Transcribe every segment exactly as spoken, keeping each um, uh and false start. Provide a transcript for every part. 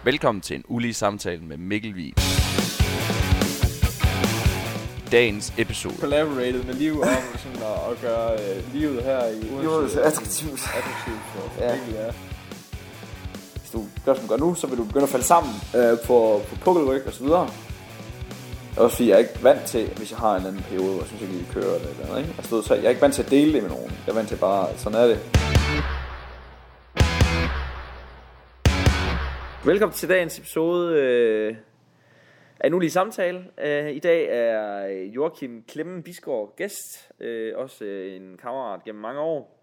Velkommen til en ulige samtale med Mikkel Vig. Dagens episode. Collaborated med liv om sådan at, at gøre øh, livet her i Odense attraktivt. Attraktivt for Ja. Mikkel, ja. Hvis du gør som du gør nu, så vil du begynde at falde sammen øh, på, på pukkelryg og så videre. Også fordi jeg er ikke vant til, hvis jeg har en anden periode, hvor jeg synes, jeg lige kører det eller andet, ikke? Altså, så jeg er ikke vant til at dele det med nogen. Jeg er vant til bare, sådan er det. Velkommen til dagens episode øh, af en ulige samtale. Øh, I dag er Joachim Klemmen Bisgaard gæst. Øh, også øh, en kammerat gennem mange år.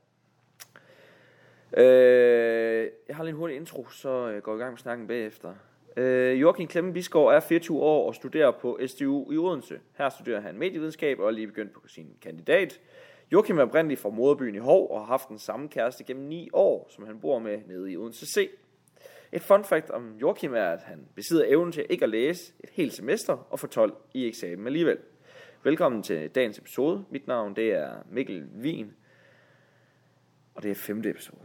Øh, jeg har lige en hurtig intro, så øh, går jeg i gang med snakken bagefter. Øh, Joachim Klemmen Bisgaard er fireogtyve år og studerer på S D U i Odense. Her studerer han medievidenskab og er lige begyndt på sin kandidat. Joachim er oprindelig fra moderbyen i Hov og har haft den samme kæreste gennem ni år, som han bor med nede i Odense C. Et fun fact om Joachim er, at han besidder evnen til ikke at læse et helt semester og få tolv i eksamen alligevel. Velkommen til dagens episode. Mit navn det er Mikkel Vig, og det er femte episode.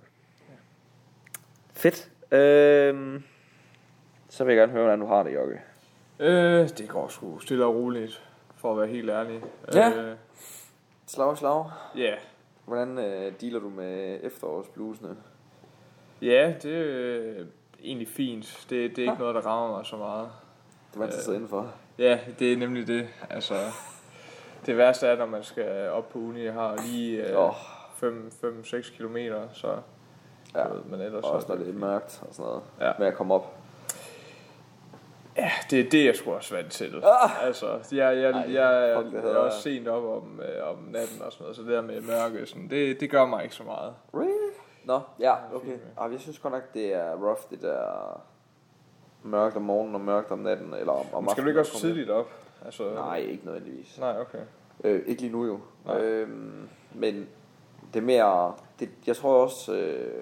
Fedt. Øhm, så vil jeg gerne høre, hvordan du har det, Jokke. Øh, det går sgu stille og roligt, for at være helt ærlig. Ja. Øh, Slag, slag. yeah. Hvordan øh, dealer du med efterårsblusene? Ja, det er øh, egentlig fint. Det, det er ikke noget, der rammer mig så meget. Du er vant til at sidde indenfor. Ja, det er nemlig det. Altså, det værste er, når man skal op på uni og har lige Åh. fem til seks kilometer, så Ja, ved man ellers også så når det er mørkt og sådan noget. Ja. Med at komme op. Ja, det er det, jeg skulle også vant til. Ah! Altså, jeg, jeg, Ej, jeg, jeg, fuck, det jeg hedder er jeg. også sent op om, øh, om natten og sådan noget, så det der med mørke, sådan, det, det gør mig ikke så meget. Really? Nå, ja, okay. fint, Ah, jeg synes godt nok, det er rough, det der mørkt om morgenen og mørkt om natten. Eller om, om Men skal du ikke også aftenen, tidligt op? Altså, Nej, ikke nødvendigvis. Nej, okay. Øh, ikke lige nu jo. Nej. Øhm, men det er mere... Det, jeg tror også... Øh,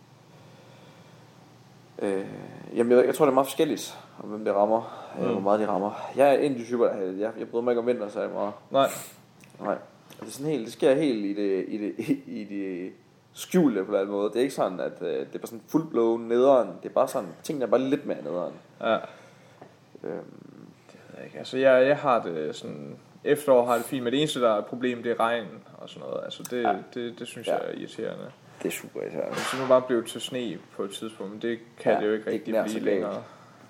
øh, jamen, jeg, jeg tror, det er meget forskelligt, om hvem det rammer. Mm. Øh, hvor meget de rammer. Jeg er en af de typer, der jeg, jeg bryder mig ikke om vinter, så jeg meget. Nej. Nej. Det, er sådan helt, det sker helt i det, i det, i det skjulte på en måde. Det er ikke sådan, at øh, det er bare sådan full-blown nederen. Det er bare sådan, tingene er bare lidt mere nederen. Ja. Øhm, Det ved jeg ikke. Altså, jeg, jeg har det sådan... Efterår har det fint, men det eneste, der er et problem, det er regn og sådan noget. Altså, det, Ja. det, det synes Ja. jeg er irriterende. det er super irriterende. Så nu bare blevet til sne på et tidspunkt, men det kan Ja, det jo ikke ikke rigtig nær så blive galt. længere.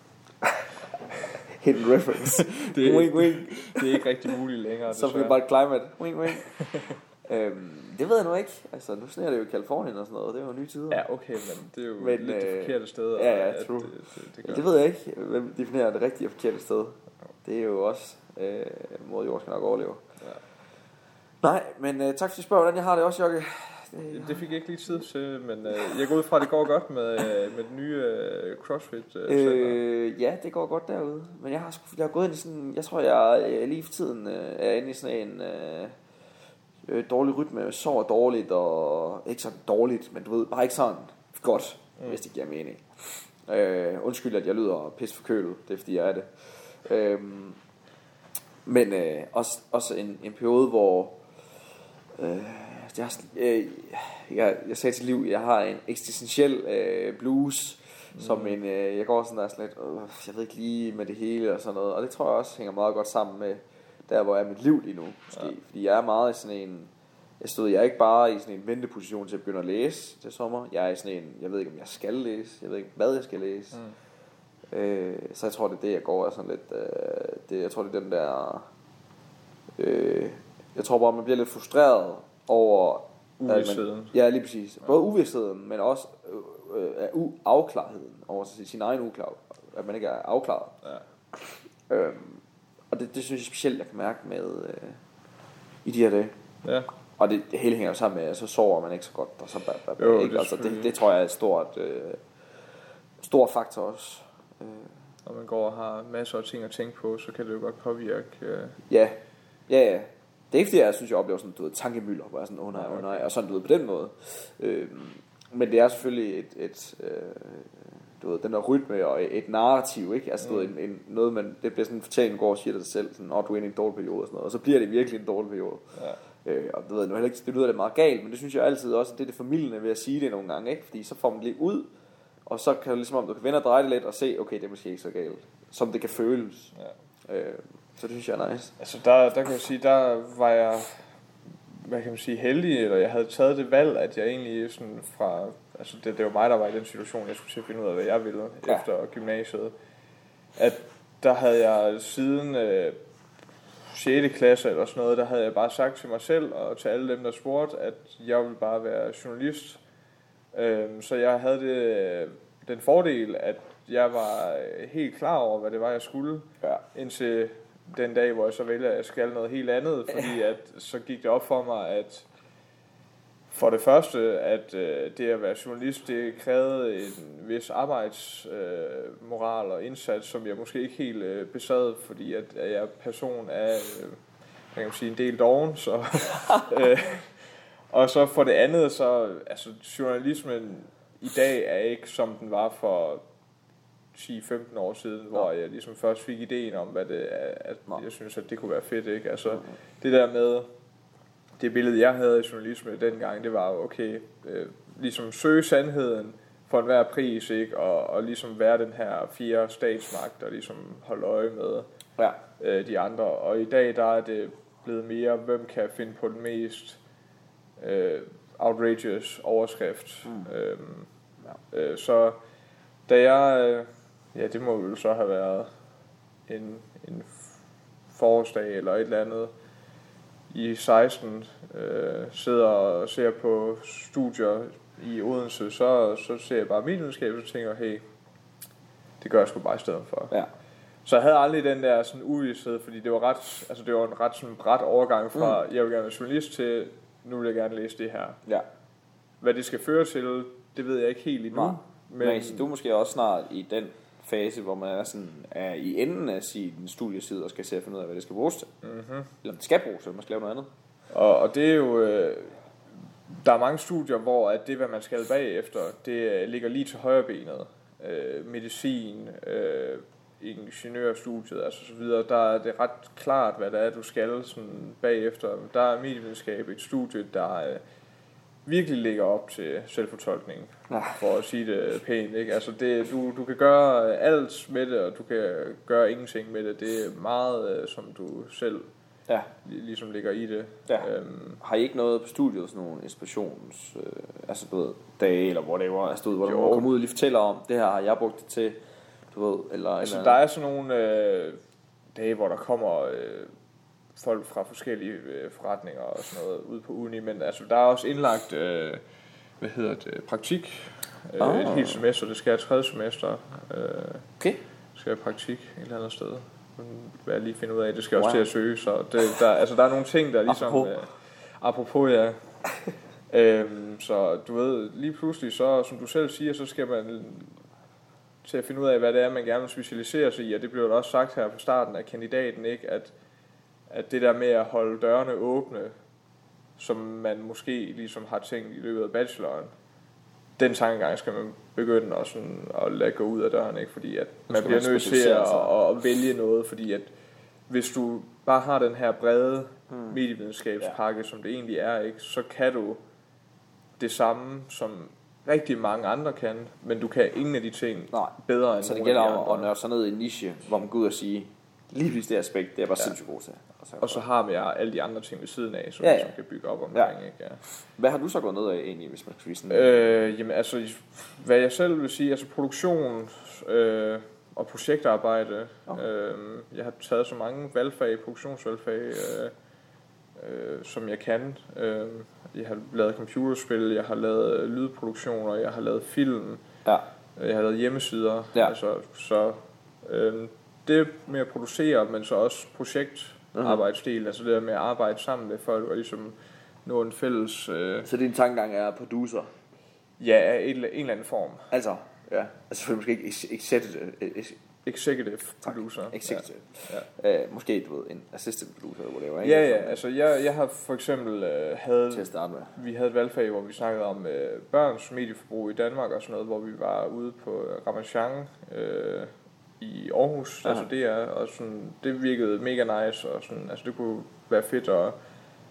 Hidden reference. Det er, wink, wink. det er ikke rigtig muligt længere, Så bliver bare et climate. Wink, wink. øhm, det ved jeg nu ikke. Altså, nu sneer det jo i Kalifornien og sådan noget. Det er jo nye tider. Ja, okay, men det er jo Men, lidt det øh, forkerte sted. ja, ja, at true. Det, det, det, gør. Det ved jeg ikke. Hvem definerer det rigtige og forkerte sted? Det er jo også øh, måde, jord skal nok overleve. Ja. Nej, men øh, tak fordi du spørger, hvordan jeg har det også, Jokke. Det, Det fik jeg ikke lige tid til, men øh, jeg går ud fra, at det går godt med, øh, med den nye øh, CrossFit øh, center. Øh, ja, det går godt derude. Men jeg har, sgu- jeg har gået ind i sådan... Jeg tror, jeg øh, lige for tiden øh, er inde i sådan en øh, øh, dårlig rytme. Sover dårligt og... Ikke sådan dårligt, men du ved, bare ikke sådan godt, mm. hvis det giver mening. Øh, undskyld, at jeg lyder pisse forkølet. Det er, fordi jeg er det. Øh, men øh, også, også en, en periode, hvor... Øh, jeg, øh, jeg, jeg sagde til Liv, jeg har en eksistentiel øh, blues, mm. som en, øh, jeg går sådan der sådan lidt, øh, jeg ved ikke lige med det hele og sådan noget, og det tror jeg også hænger meget godt sammen med der, hvor jeg er mit liv lige nu, måske, ja. Fordi jeg er meget i sådan en, jeg stod, jeg er ikke bare i sådan en venteposition til at begynde at læse til sommer, jeg er i sådan en, jeg ved ikke om jeg skal læse, jeg ved ikke hvad jeg skal læse, mm. øh, så jeg tror det er det jeg går af sådan lidt, øh, det, jeg tror det er den der, øh, jeg tror bare man bliver lidt frustreret over Uvidsheden. Ja, lige præcis. Både uvidsheden, men også øh, øh, uafklarheden over sin egen uklar, at man ikke er afklaret. Ja. Øhm, og det, det synes jeg specielt, jeg kan mærke med øh, i de her dage. Ja. Og det, det hele hænger jo sammen med, at så sover man ikke så godt, og så bla, bla, bla, Jo, ikke? det, Altså, det, det tror jeg er et stort, øh, stor faktor også. Øh, Når man går og har masser af ting at tænke på, så kan det jo godt påvirke. Øh... ja, ja, ja. Det er ikke fordi, jeg synes, jeg oplever sådan, du ved, tankemylder, hvor jeg er sådan, åh oh, nej, åh oh, nej, og sådan, du ved, på den måde. Øh, men det er selvfølgelig et, et øh, du ved, den der rytme og et narrativ, ikke? Altså, mm. du ved, en, en, noget, man, det bliver sådan en fortælling, går og siger det sig selv, sådan, åh, oh, du er inde i en dårlig periode og sådan noget, og så bliver det virkelig en dårlig periode. Ja. Øh, og du ved, nu heller ikke, det lyder det meget galt, men det synes jeg altid også, at det er det formidlende ved at sige det nogle gange, ikke? Fordi så får man det ud, Og så kan du ligesom om, du kan vende og dreje det lidt og se, okay, det er måske ikke så galt, som det kan føles. Ja. Øh, så det synes jeg er nice. Altså der, der kan jeg sige, der var jeg, hvad kan man sige, heldig, eller jeg havde taget det valg, at jeg egentlig sådan fra, altså det, det var mig, der var i den situation, jeg skulle til at finde ud af, hvad jeg ville ja. efter gymnasiet. At der havde jeg siden øh, sjette klasse eller sådan noget, der havde jeg bare sagt til mig selv og til alle dem, der spurgte, at jeg ville bare være journalist. Øh, så jeg havde det, den fordel, at jeg var helt klar over, hvad det var, jeg skulle, ja. indtil den dag, hvor jeg så vælger, at jeg skal noget helt andet, fordi at, så gik det op for mig, at for det første, at øh, det at være journalist, det krævede en vis arbejdsmoral øh, og indsats, som jeg måske ikke helt øh, besad, fordi at, at jeg person er, øh, kan man sige, en del doven, så øh, og så for det andet, så altså journalismen i dag er ikke som den var for ti til femten år siden, hvor jeg ligesom først fik ideen om, hvad det er, at jeg synes, at det kunne være fedt, ikke? Altså, det der med, det billede, jeg havde af journalisme dengang, det var jo, okay, øh, ligesom søge sandheden for enhver pris, ikke? Og, og ligesom være den her fjerde statsmagt, og ligesom holde øje med ja. øh, de andre. Og i dag, der er det blevet mere, hvem kan finde på den mest øh, outrageous overskrift. Mm. Øh, ja. øh, så da jeg... Øh, Ja, det må jo så have været en, en forårsdag eller et eller andet i seksten, øh, sidder og ser på studier i Odense, så, så ser jeg bare medievidenskab, og tænker, hey, det gør jeg sgu bare i stedet for. Ja. Så jeg havde aldrig den der sådan uvished, fordi det var ret, altså det var en ret sådan brat overgang fra, mm. jeg vil gerne være journalist til, nu vil jeg gerne læse det her. Ja. Hvad det skal føre til, det ved jeg ikke helt endnu. Nej. Men, men du er måske også snart i den fase, hvor man er, sådan, er i enden af sin studieside og skal se at finde ud af, hvad det skal bruges til. Mm-hmm. Eller om det skal bruges til, eller man skal lave noget andet. Og, og det er jo... Øh, der er mange studier, hvor at det, hvad man skal bagefter, det ligger lige til højre benet. Øh, medicin, øh, ingeniørstudiet, altså så videre. Der er det ret klart, hvad det er, du skal sådan bagefter. Der er medievidenskab et studie, der øh, virkelig ligger op til selvfortolkning, for at sige det pænt, ikke? Altså det, du, du kan gøre alt med det, og du kan gøre ingenting med det. Det er meget, som du selv ja. ligesom ligger i det. Ja. Øhm. Har I ikke noget på studiet, sådan nogle inspirations, øh, altså du ved, dage, eller whatever, altså du ved, hvor du må komme ud og lige fortæller om, det her har jeg brugt det til, du ved, eller... Altså eller der er sådan nogle øh, dage, hvor der kommer... Øh, folk fra forskellige øh, forretninger og sådan noget ude på uni, men altså der er også indlagt øh, hvad hedder det, praktik øh, oh. et helt semester, det skal jeg tredje semester øh, okay. skal jeg praktik et eller andet sted, hvad jeg lige finder ud af, det skal wow. også til at søge, så det, der, altså der er nogle ting der ligesom apropos, øh, apropos ja øhm, så du ved, lige pludselig så, som du selv siger, så skal man til at finde ud af, hvad det er man gerne vil specialisere sig i, og det blev da også sagt her på starten af kandidaten, ikke, at at det der med at holde dørene åbne, som man måske ligesom har tænkt i løbet af bacheloren, den tankegang skal man begynde at, sådan, at lade gå ud af døren, ikke? Fordi at man bliver nødt til at, at, at vælge noget, fordi at hvis du bare har den her brede hmm. medievidenskabspakke, ja. som det egentlig er, ikke, så kan du det samme, som rigtig mange andre kan, men du kan ingen af de ting Nej. bedre end så det gælder om at nørde sig ned i en niche, hvor man går ud og sige, lige pludselig det aspekt, det er bare ja. sindssygt god til. Og så, og så har vi alle de andre ting ved siden af, som, ja, ja. som kan bygge op omkring. Ja. Ikke? Ja. Hvad har du så gået ned af egentlig, hvis man skal vise sådan? Øh, jamen altså, hvad jeg selv vil sige, altså produktion øh, og projektarbejde. Okay. Øh, jeg har taget så mange valgfag, produktionsvalgfag, øh, øh, som jeg kan. Øh, jeg har lavet computerspil, jeg har lavet lydproduktioner, jeg har lavet film, ja. jeg har lavet hjemmesider. Ja. Altså, så... Øh, det med at producere, men så også projektarbejdsdel, mm-hmm. altså det der med at arbejde sammen med folk og ligesom nå en fælles... Øh... Så din tankegang er producer? Ja, en, en eller anden form. Altså, ja. Altså for måske ikke executive... Executive producer. Executive. Ja. Ja. Øh, måske, du ved, en assistant producer, eller whatever. Ja, ja, altså jeg, jeg har for eksempel øh, havde... Til at starte med. Vi havde et valgfag, hvor vi snakkede om øh, børns medieforbrug i Danmark og sådan noget, hvor vi var ude på Ramachan, øh, i Aarhus, Aha. altså det er og sådan, det virkede mega nice og sådan, altså det kunne være fedt at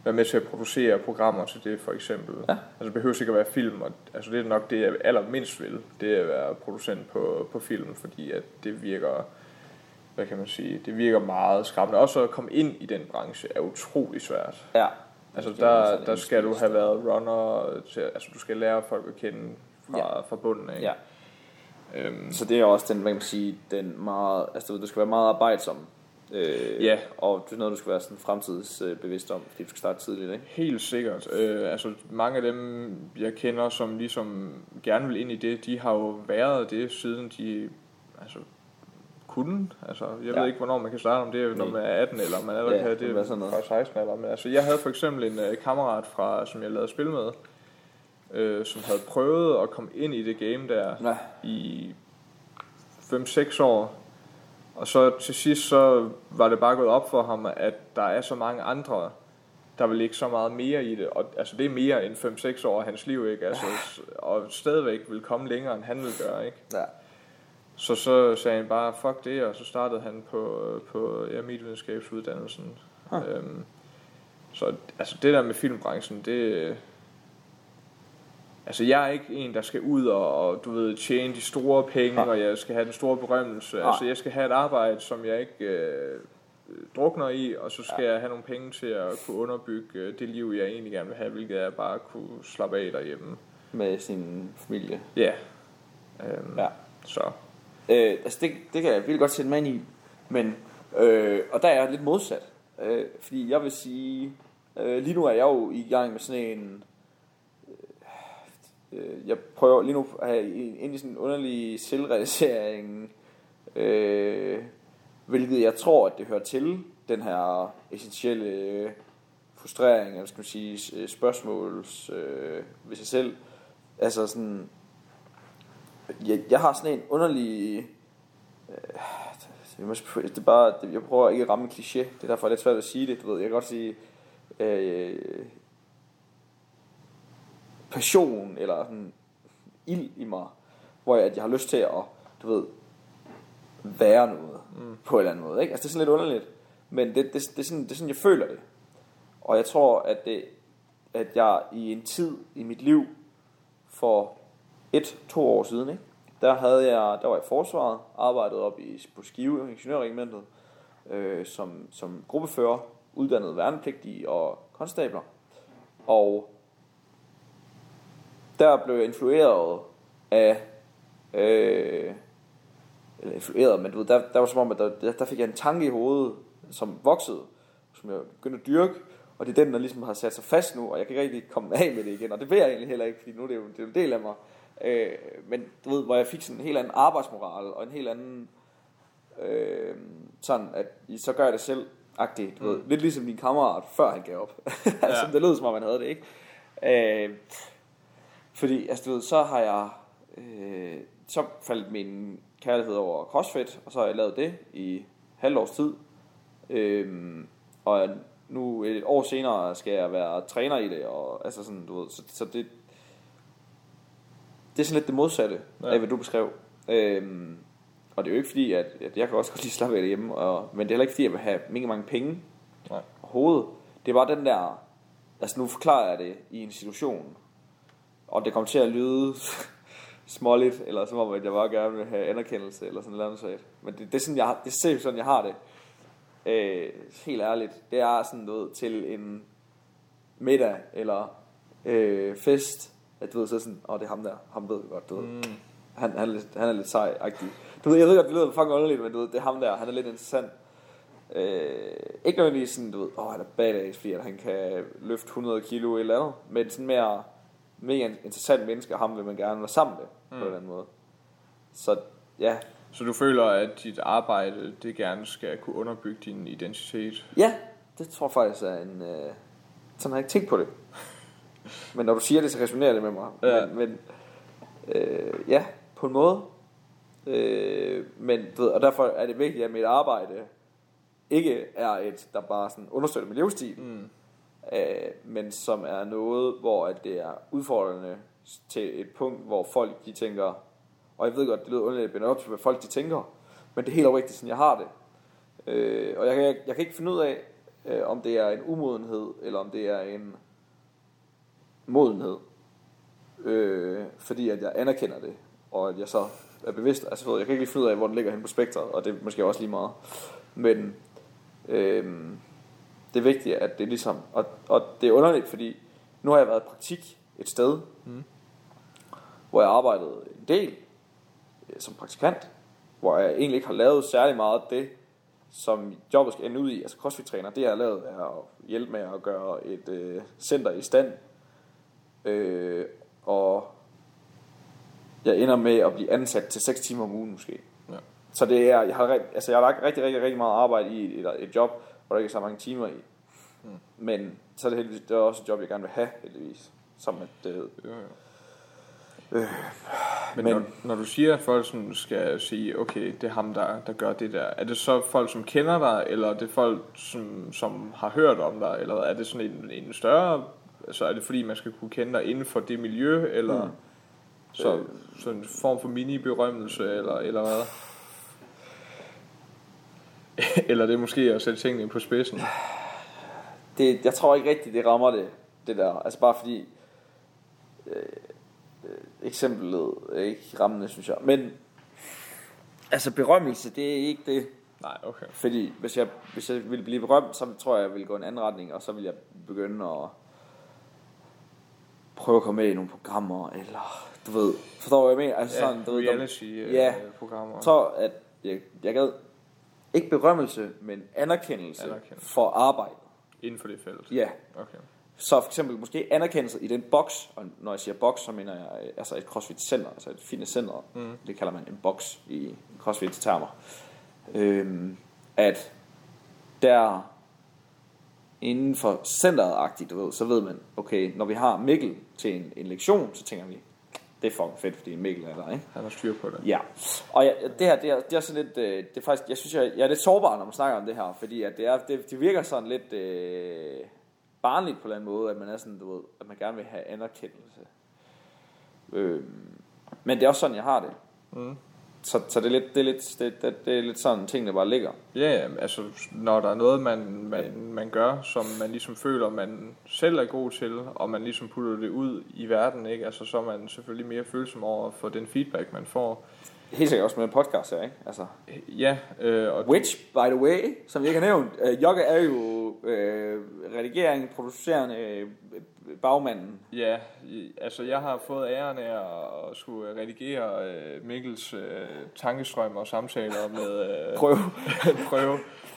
være med til at producere programmer til det, for eksempel. Ja. Altså det behøver ikke at være film, og altså det er nok det, jeg allermindst vil, det er at være producent på, på film, fordi at det virker, hvad kan man sige, det virker meget skræmmende. Også at komme ind i den branche er utrolig svært. Ja. Altså der, der skal du have været runner, til, altså du skal lære folk at kende fra, ja. fra bunden af. Ja. Øhm. Så det er også den, hvad kan man sige, den meget, altså du skal være meget arbejdsom. Øh, ja. Og det er noget, du skal være sådan fremtidsbevidst om, fordi du skal starte tidligt, ikke? Helt sikkert. Øh, altså mange af dem, jeg kender, som ligesom gerne vil ind i det, de har jo været det, siden de altså, kunne. Altså, jeg ja. ved ikke, hvornår man kan starte, om det er, når man er atten, eller om man er der ja, kan det, det fra seksten. Eller, men altså, jeg havde for eksempel en uh, kammerat, fra, som jeg lavede spil med, øh, som havde prøvet at komme ind i det game der ja. i fem seks år. Og så til sidst, så var det bare gået op for ham, at der er så mange andre, der vil ligge så meget mere i det. Og altså, det er mere end fem seks år af hans liv, ikke? Altså, og stadigvæk vil komme længere, end han vil gøre, ikke? Ja. Så så sagde han bare, fuck det, og så startede han på, på ja, medievidenskabsuddannelsen. Huh. Øhm, så altså, det der med filmbranchen, det... Altså, jeg er ikke en, der skal ud og, og du ved, tjene de store penge, ja. og jeg skal have den store berømmelse. Ja. Altså, jeg skal have et arbejde, som jeg ikke øh, drukner i, og så skal ja. jeg have nogle penge til at kunne underbygge det liv, jeg egentlig gerne vil have, hvilket jeg bare kunne slappe af derhjemme. Med sin familie. Ja. Øhm, ja. Så. Øh, altså, det, det kan jeg virkelig godt sætte mig ind i, men, øh, og der er jeg lidt modsat. Øh, fordi jeg vil sige, øh, lige nu er jeg jo i gang med sådan en... Jeg prøver lige nu at have ind i sådan en underlig selvrealisering, øh, hvilket jeg tror, at det hører til, den her essentielle frustrering, eller skal man sige, spørgsmåls øh, ved sig selv. Altså sådan, jeg, jeg har sådan en underlig, øh, det er bare, jeg prøver ikke at ramme en kliché, det er derfor lidt svært at sige det, du ved, jeg kan godt sige, øh, passion, eller sådan ild i mig, hvor jeg, at jeg har lyst til at, du ved, være noget, mm. på en eller anden måde, ikke? Altså det er sådan lidt underligt, men det, det, det, er sådan, det er sådan, jeg føler det. Og jeg tror, at det, at jeg i en tid i mit liv, for et, to år siden, ikke? Der havde jeg, der var jeg i forsvaret, arbejdet op i, på Skive, ingeniørregimentet, øh, som, som gruppefører, uddannet værnepligtige og konstabler. Og der blev jeg influeret af, øh, eller influeret, men du ved, der, der var som om, at der, der fik jeg en tanke i hovedet, som voksede, som jeg begyndte at dyrke, og det er den, der ligesom har sat sig fast nu, og jeg kan ikke rigtig komme af med det igen, og det vil jeg egentlig heller ikke, fordi nu er det jo, det er jo en del af mig. Øh, men du ved, hvor jeg fik sådan en helt anden arbejdsmoral, og en helt anden, øh, sådan at så gør jeg det selv, agtigt, du mm. ved, lidt ligesom min kammerat, før han gav op. Altså, ja. Det lød som om, han havde det, ikke? Øh, fordi, altså du ved, så har jeg, øh, så faldt min kærlighed over CrossFit, og så har jeg lavet det i halvt års tid. Øh, og nu et år senere skal jeg være træner i det, og altså sådan, du ved, så, så det, det er sådan lidt det modsatte ja. af, hvad du beskrev. Øh, og det er jo ikke fordi, at, at jeg kan også godt lige slappe af derhjemme, og, men det er heller ikke fordi, jeg vil have mega mange penge Nej. overhovedet. Det er bare den der, altså nu forklarer jeg det i en situation, og det kommer til at lyde småligt, eller som om, at jeg bare gerne vil have anerkendelse, eller sådan noget andet. Men det, det er sådan, jeg, det er sådan, jeg har det. Øh, helt ærligt. Det er sådan noget til en middag, eller øh, fest, at du ved, så sådan, åh, det er ham der, ham ved godt, du ved. Mm. Han, han, er lidt, han er lidt sej-agtig. Du ved, jeg ved godt, det lyder fucking underligt, men du ved, det er ham der, han er lidt interessant. Øh, ikke nødvendigvis sådan, du ved, åh, han er badass, fordi han kan løfte hundrede kilo eller andet, men sådan mere mega interessant menneske, og ham vil man gerne være sammen med, mm. på en eller anden måde. Så, ja. Så du føler, at dit arbejde, det gerne skal kunne underbygge din identitet? Ja, det tror jeg faktisk er en, øh, sådan har jeg ikke tænkt på det. Men når du siger det, så resonerer det med mig. Ja. Men, men øh, ja, på en måde. Øh, men, du ved, og derfor er det vigtigt, at mit arbejde ikke er et, der bare sådan understøtter min livsstil, mm. øh, men som er noget, hvor at det er udfordrende til et punkt, hvor folk de tænker, og jeg ved godt, det lyder underligt, at op til, hvad folk de tænker, men det er helt oprigtigt, sådan jeg har det. Øh, og jeg, jeg, jeg kan ikke finde ud af, øh, om det er en umodenhed, eller om det er en modenhed, øh, fordi at jeg anerkender det, og at jeg så er bevidst, altså jeg kan ikke lige finde ud af, hvor den ligger hen på spektret, og det er måske også lige meget, men øh, det er vigtigt, at det er ligesom, og, og det er underligt, fordi nu har jeg været i praktik et sted, mm. hvor jeg arbejdede en del øh, som praktikant, hvor jeg egentlig ikke har lavet særlig meget af det, som jobbet skal ende ud i, altså CrossFit-træner, det jeg har lavet er at hjælpe med at gøre et øh, center i stand, øh, og jeg ender med at blive ansat til seks timer om ugen måske. Ja. Så det er, jeg har, altså jeg har lagt rigtig, rigtig, rigtig meget arbejde i et, et job, hvor der ikke er så mange timer i. Mm. Men så er det heldigvis, det er også et job, jeg gerne vil have, heldigvis. Som at det ved. Jo, jo. Øh, men men når, når du siger, at folk sådan skal sige, okay, det er ham, der, der gør det der, er det så folk, som kender dig, eller er det folk, som, som har hørt om dig, eller er det sådan en, en større, altså er det fordi, man skal kunne kende dig inden for det miljø, eller mm. så, øh, sådan en form for mini-berømmelse, eller, eller hvad? Eller det er måske at sætte tingene på spidsen? Det, jeg tror ikke rigtigt, det rammer det, det der, altså bare fordi, øh, eksemplet er ikke rammende, synes jeg. Men altså berømmelse, det er ikke det. Nej, okay. Fordi hvis jeg, hvis jeg ville blive berømt, så tror jeg, jeg ville gå en anden retning, og så vil jeg begynde at prøve at komme med i nogle programmer, eller du ved, forstår jeg med? Altså ja, sådan, du reality-programmer. Ja, jeg tror, at jeg, jeg gad ikke berømmelse, men anerkendelse, anerkendelse for arbejdet. Inden for det felt? Ja. Okay. Så for eksempel måske anerkendelse i den boks, og når jeg siger boks, så mener jeg altså et CrossFit-center, altså et fitness-center, mm. det kalder man en boks i CrossFit-termer. Øhm, at der inden for centeret-agtigt, du ved, så ved man, okay, når vi har Mikkel til en, en lektion, så tænker vi, det er fucking fedt, fordi Mikkel er der, ikke? Han har styr på det. Ja, og jeg, det her, det er, det er sådan lidt, det er faktisk, jeg synes, jeg, jeg er lidt sårbar, når man snakker om det her, fordi at det, er, det, det virker sådan lidt øh, barnligt på en eller anden måde, at man er sådan, du ved, at man gerne vil have anerkendelse. Øh, men det er også sådan, jeg har det. Mm. Så, så det er lidt, det er lidt, det, det, det er lidt sådan ting, der bare ligger. Ja, altså når der er noget, man, man, man gør, som man ligesom føler, man selv er god til, og man ligesom putter det ud i verden, ikke? Altså så er man selvfølgelig mere følsom over for den feedback, man får. Helt sikkert også med en podcast her, ikke? Altså. Ja. Øh, og Which, by the way, som jeg ikke har nævnt, uh, Jocke er jo uh, redigering, producerende øh, bagmanden. Ja, altså jeg har fået æren af at skulle redigere uh, Mikkels uh, tankestrøm og samtaler med uh, prøve, prøve.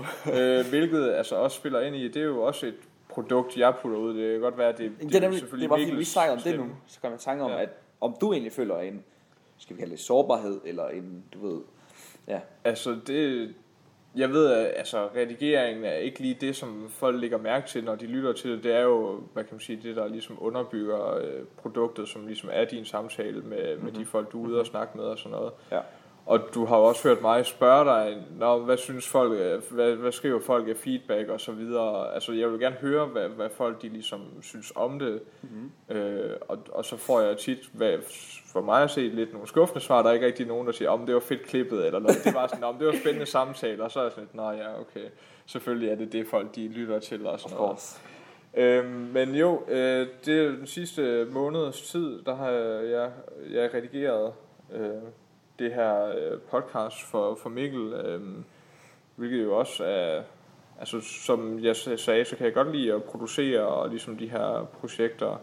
uh, hvilket altså også spiller ind i, det er jo også et produkt, jeg putter ud. Det kan godt være, det, det, det er nemlig, selvfølgelig det er bare fordi, vi snakker om stemme. Det nu, så kan man tænke om, ja. At om du egentlig føler en, skal vi kalde det sårbarhed, eller en, du ved, ja. Altså det, jeg ved, at altså, redigeringen er ikke lige det, som folk lægger mærke til, når de lytter til det. Det er jo, hvad kan man sige, det der ligesom underbygger øh, produktet, som ligesom er din samtale med, mm-hmm. med de folk, du er ude og snakke med og sådan noget. Ja. Og du har jo også hørt mig spørge dig, Nå, hvad synes folk, hvad, hvad skriver folk af feedback og så videre. Altså jeg vil gerne høre, hvad, hvad folk de ligesom synes om det. Mm-hmm. Øh, og, og så får jeg tit, hvad, for mig at se lidt nogle skuffende svar, der er ikke rigtig nogen, der siger, om det var fedt klippet eller noget. Det var sådan, om det var spændende samtaler, og så er jeg sådan lidt, nå ja, okay, selvfølgelig er det det folk, de lytter til og sådan noget. Øhm, men jo, øh, det er den sidste måneds tid, der har jeg, jeg redigeret øh, det her øh, podcast for, for Mikkel, øh, hvilket jo også er, altså som jeg sagde, så kan jeg godt lide at producere og ligesom de her projekter.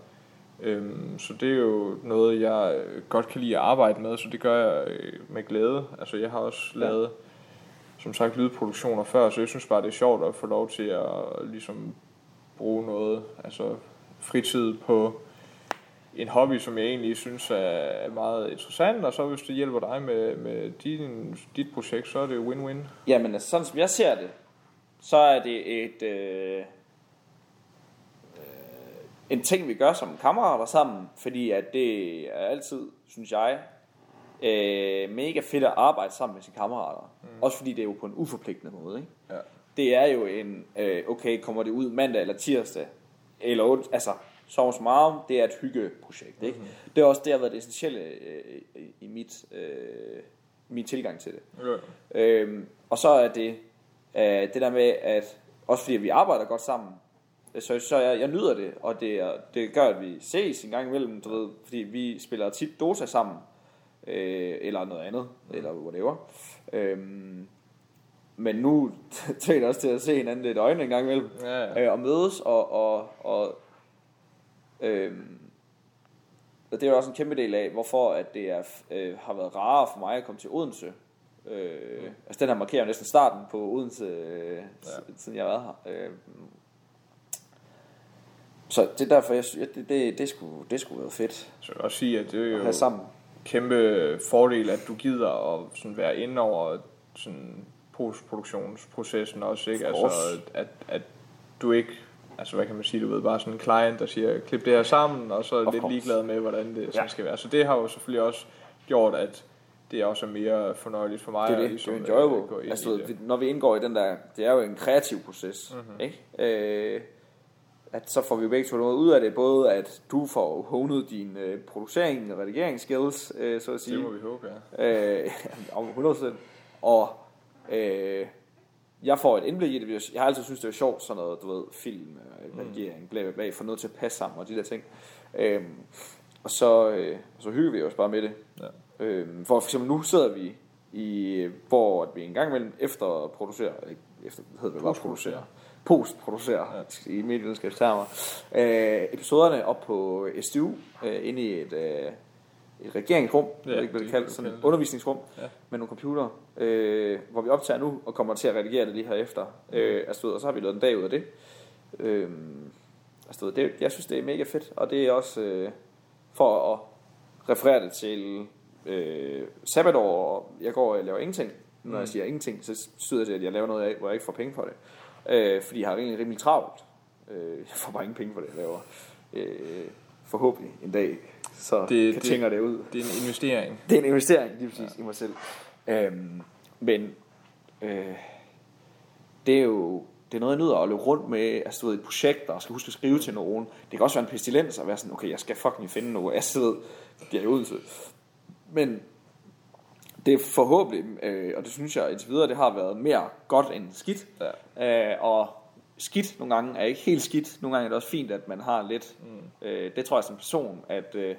Øhm, så det er jo noget, jeg godt kan lide at arbejde med, så det gør jeg med glæde. Altså jeg har også lavet, som sagt, lydproduktioner før, så jeg synes bare, det er sjovt at få lov til at ligesom bruge noget, altså fritid på en hobby, som jeg egentlig synes er meget interessant, og så hvis det hjælper dig med, med din, dit projekt, så er det win-win. Jamen altså, sådan som jeg ser det, så er det et... Øh en ting, vi gør som kammerater sammen, fordi at det er altid, synes jeg, øh, mega fedt at arbejde sammen med sine kammerater. Mm. Også fordi det er jo på en uforpligtende måde, ikke? Ja. Det er jo en, øh, okay, kommer det ud mandag eller tirsdag, eller altså, så meget, det er et hyggeprojekt, ikke? Mm-hmm. Det er også det, der har været det essentielle øh, i mit, øh, min tilgang til det. Mm. Øhm, og så er det øh, det der med, at også fordi vi arbejder godt sammen. Så, så jeg, jeg nyder det, og det, er, det gør, at vi ses en gang imellem, du ved, fordi vi spiller tit Dota sammen, øh, eller noget andet, mm. eller whatever. Øhm, men nu tager det også til at se hinanden lidt øjne en gang imellem, ja, ja. Øh, og mødes, og, og, og øhm, og det er også en kæmpe del af, hvorfor at det er, øh, har været rarere for mig at komme til Odense. Øh, mm. Altså den her markerer næsten starten på Odense, øh, ja. siden jeg har været her. Øh, Så det er derfor, jeg synes, det, det, det, skulle, det skulle være fedt. Så jeg vil også sige, at det er jo sammen. Kæmpe fordel, at du gider at sådan være inde over sådan postproduktionsprocessen også, ikke? Altså, at, at du ikke, altså hvad kan man sige, du ved, bare sådan en client, der siger, klip det her sammen, og så er lidt ligeglad med, hvordan det ja. skal være. Så det har jo selvfølgelig også gjort, at det også er mere fornøjeligt for mig. Det er det, ligesom, det er enjoyable. Altså, når vi indgår i den der, det er jo en kreativ proces, mm-hmm. ikke? Øh, at så får vi begge to noget ud af det, både at du får honet din øh, producering og redigeringsskills, øh, så at sige. Det må vi håbe, ja. Øh, om hundrede procent. Og øh, jeg får et indblik i det. Jeg har altid synes det er sjovt, sådan noget, du ved, film, øh, redigering, bla bla bla, få noget til at passe sammen og de der ting. Øh, og så, øh, så hygger vi os bare med det. Ja. Øh, for for eksempel nu sidder vi i, hvor vi en gang imellem efterproducerer, efter hedder det bare producerer. postproducerer ja. i medievidenskabstermer øh, episoderne op på S D U øh, inde i et, øh, et regeringsrum, ja, det, ikke, hvad det kaldes, sådan et undervisningsrum ja. med nogle computer, øh, hvor vi optager nu og kommer til at redigere det lige her efter. Mm. Øh, altså, og så har vi lavet en dag ud af det. Øh, altså, det jeg synes, det er mega fedt, og det er også øh, for at referere det til øh, sabbatår, jeg går og laver ingenting. Når mm. jeg siger ingenting, så betyder det, at jeg laver noget, hvor jeg ikke får penge for det. Øh, fordi jeg har rimelig, rimelig travlt. Øh, jeg får bare ingen penge for det, jeg laver. Øh, forhåbentlig en dag, så det, kan tænke det ud. Det er en investering. Det er en investering, lige præcis, ja. i mig selv. Øh, men øh, det er jo det er noget, jeg nyder at løbe rundt med, altså du ved, et projekt, og skal huske at skrive til nogen. Det kan også være en pestilens at være sådan, okay, jeg skal fucking finde noget. Jeg sidder, bliver ud til. Men det er forhåbentlig, øh, og det synes jeg indtil videre, det har været mere godt end skidt. Ja. Øh, og skidt nogle gange er ikke helt skidt. Nogle gange er det også fint, at man har lidt. Mm. Øh, det tror jeg som person, at øh,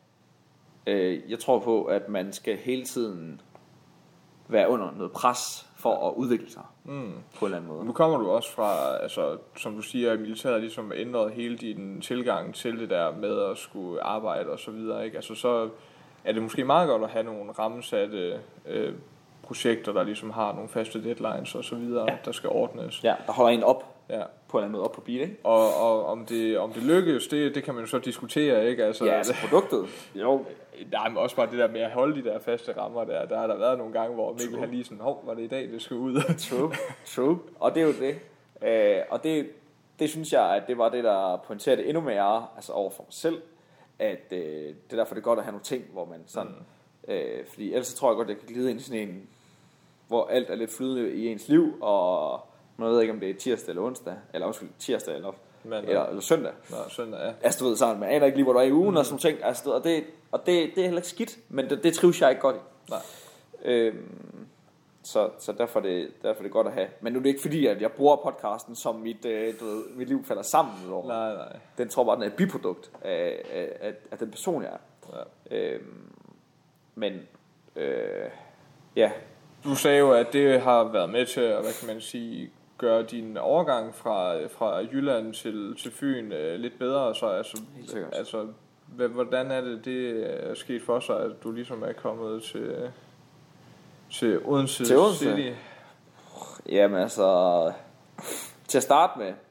øh, jeg tror på, at man skal hele tiden være under noget pres for at udvikle sig mm. på en eller anden måde. Nu kommer du også fra, altså, som du siger, at militæret ligesom ændret hele din tilgang til det der med at skulle arbejde og så videre, ikke? Altså så er det måske meget godt at have nogle rammesatte øh, projekter, der ligesom har nogle faste deadlines og så videre, ja. der skal ordnes. Ja, der holder en op ja. på en eller anden måde op på bil, ikke? Og, og om, det, om det lykkes, det, det kan man jo så diskutere, ikke? Altså, ja, altså produktet. Jo. Nej, men også bare det der med at holde de der faste rammer der. Der har der været nogle gange, hvor Mikkel han lige sådan, hov, var det i dag, det skulle ud? True, true. Og det er jo det. Øh, og det, det synes jeg, at det var det, der pointerede endnu mere, altså over for mig selv, at øh, det er derfor, det er godt at have nogle ting, hvor man sådan, mm. øh, fordi ellers så tror jeg godt, at jeg kan glide ind i sådan en, hvor alt er lidt flydende i ens liv, og man ved ikke, om det er tirsdag eller onsdag, eller undskyld, tirsdag eller, eller, eller søndag. Nå, søndag, ja. Altså, du ved sådan, man aner ikke lige, hvor du er i ugen, mm. og sådan ting, altså, og, det, og det, det er heller ikke skidt, men det, det trives jeg ikke godt i. Nej. Øhm, så, så derfor, er det, derfor er det godt at have. Men nu er det ikke fordi, at jeg bruger podcasten, som mit, øh, du ved, mit liv falder sammen over. Nej, nej. Den tror bare, den er et biprodukt af, af, af, af den person, jeg er. Ja. Øhm, men, øh, ja. Du sagde jo, at det har været med til at, hvad kan man sige, gøre din overgang fra, fra Jylland til, til Fyn øh, lidt bedre. Så, altså, altså, hvordan er det, det er sket for sig, at du ligesom er kommet til, til Odense, til Odense City? Jamen altså, til at starte med,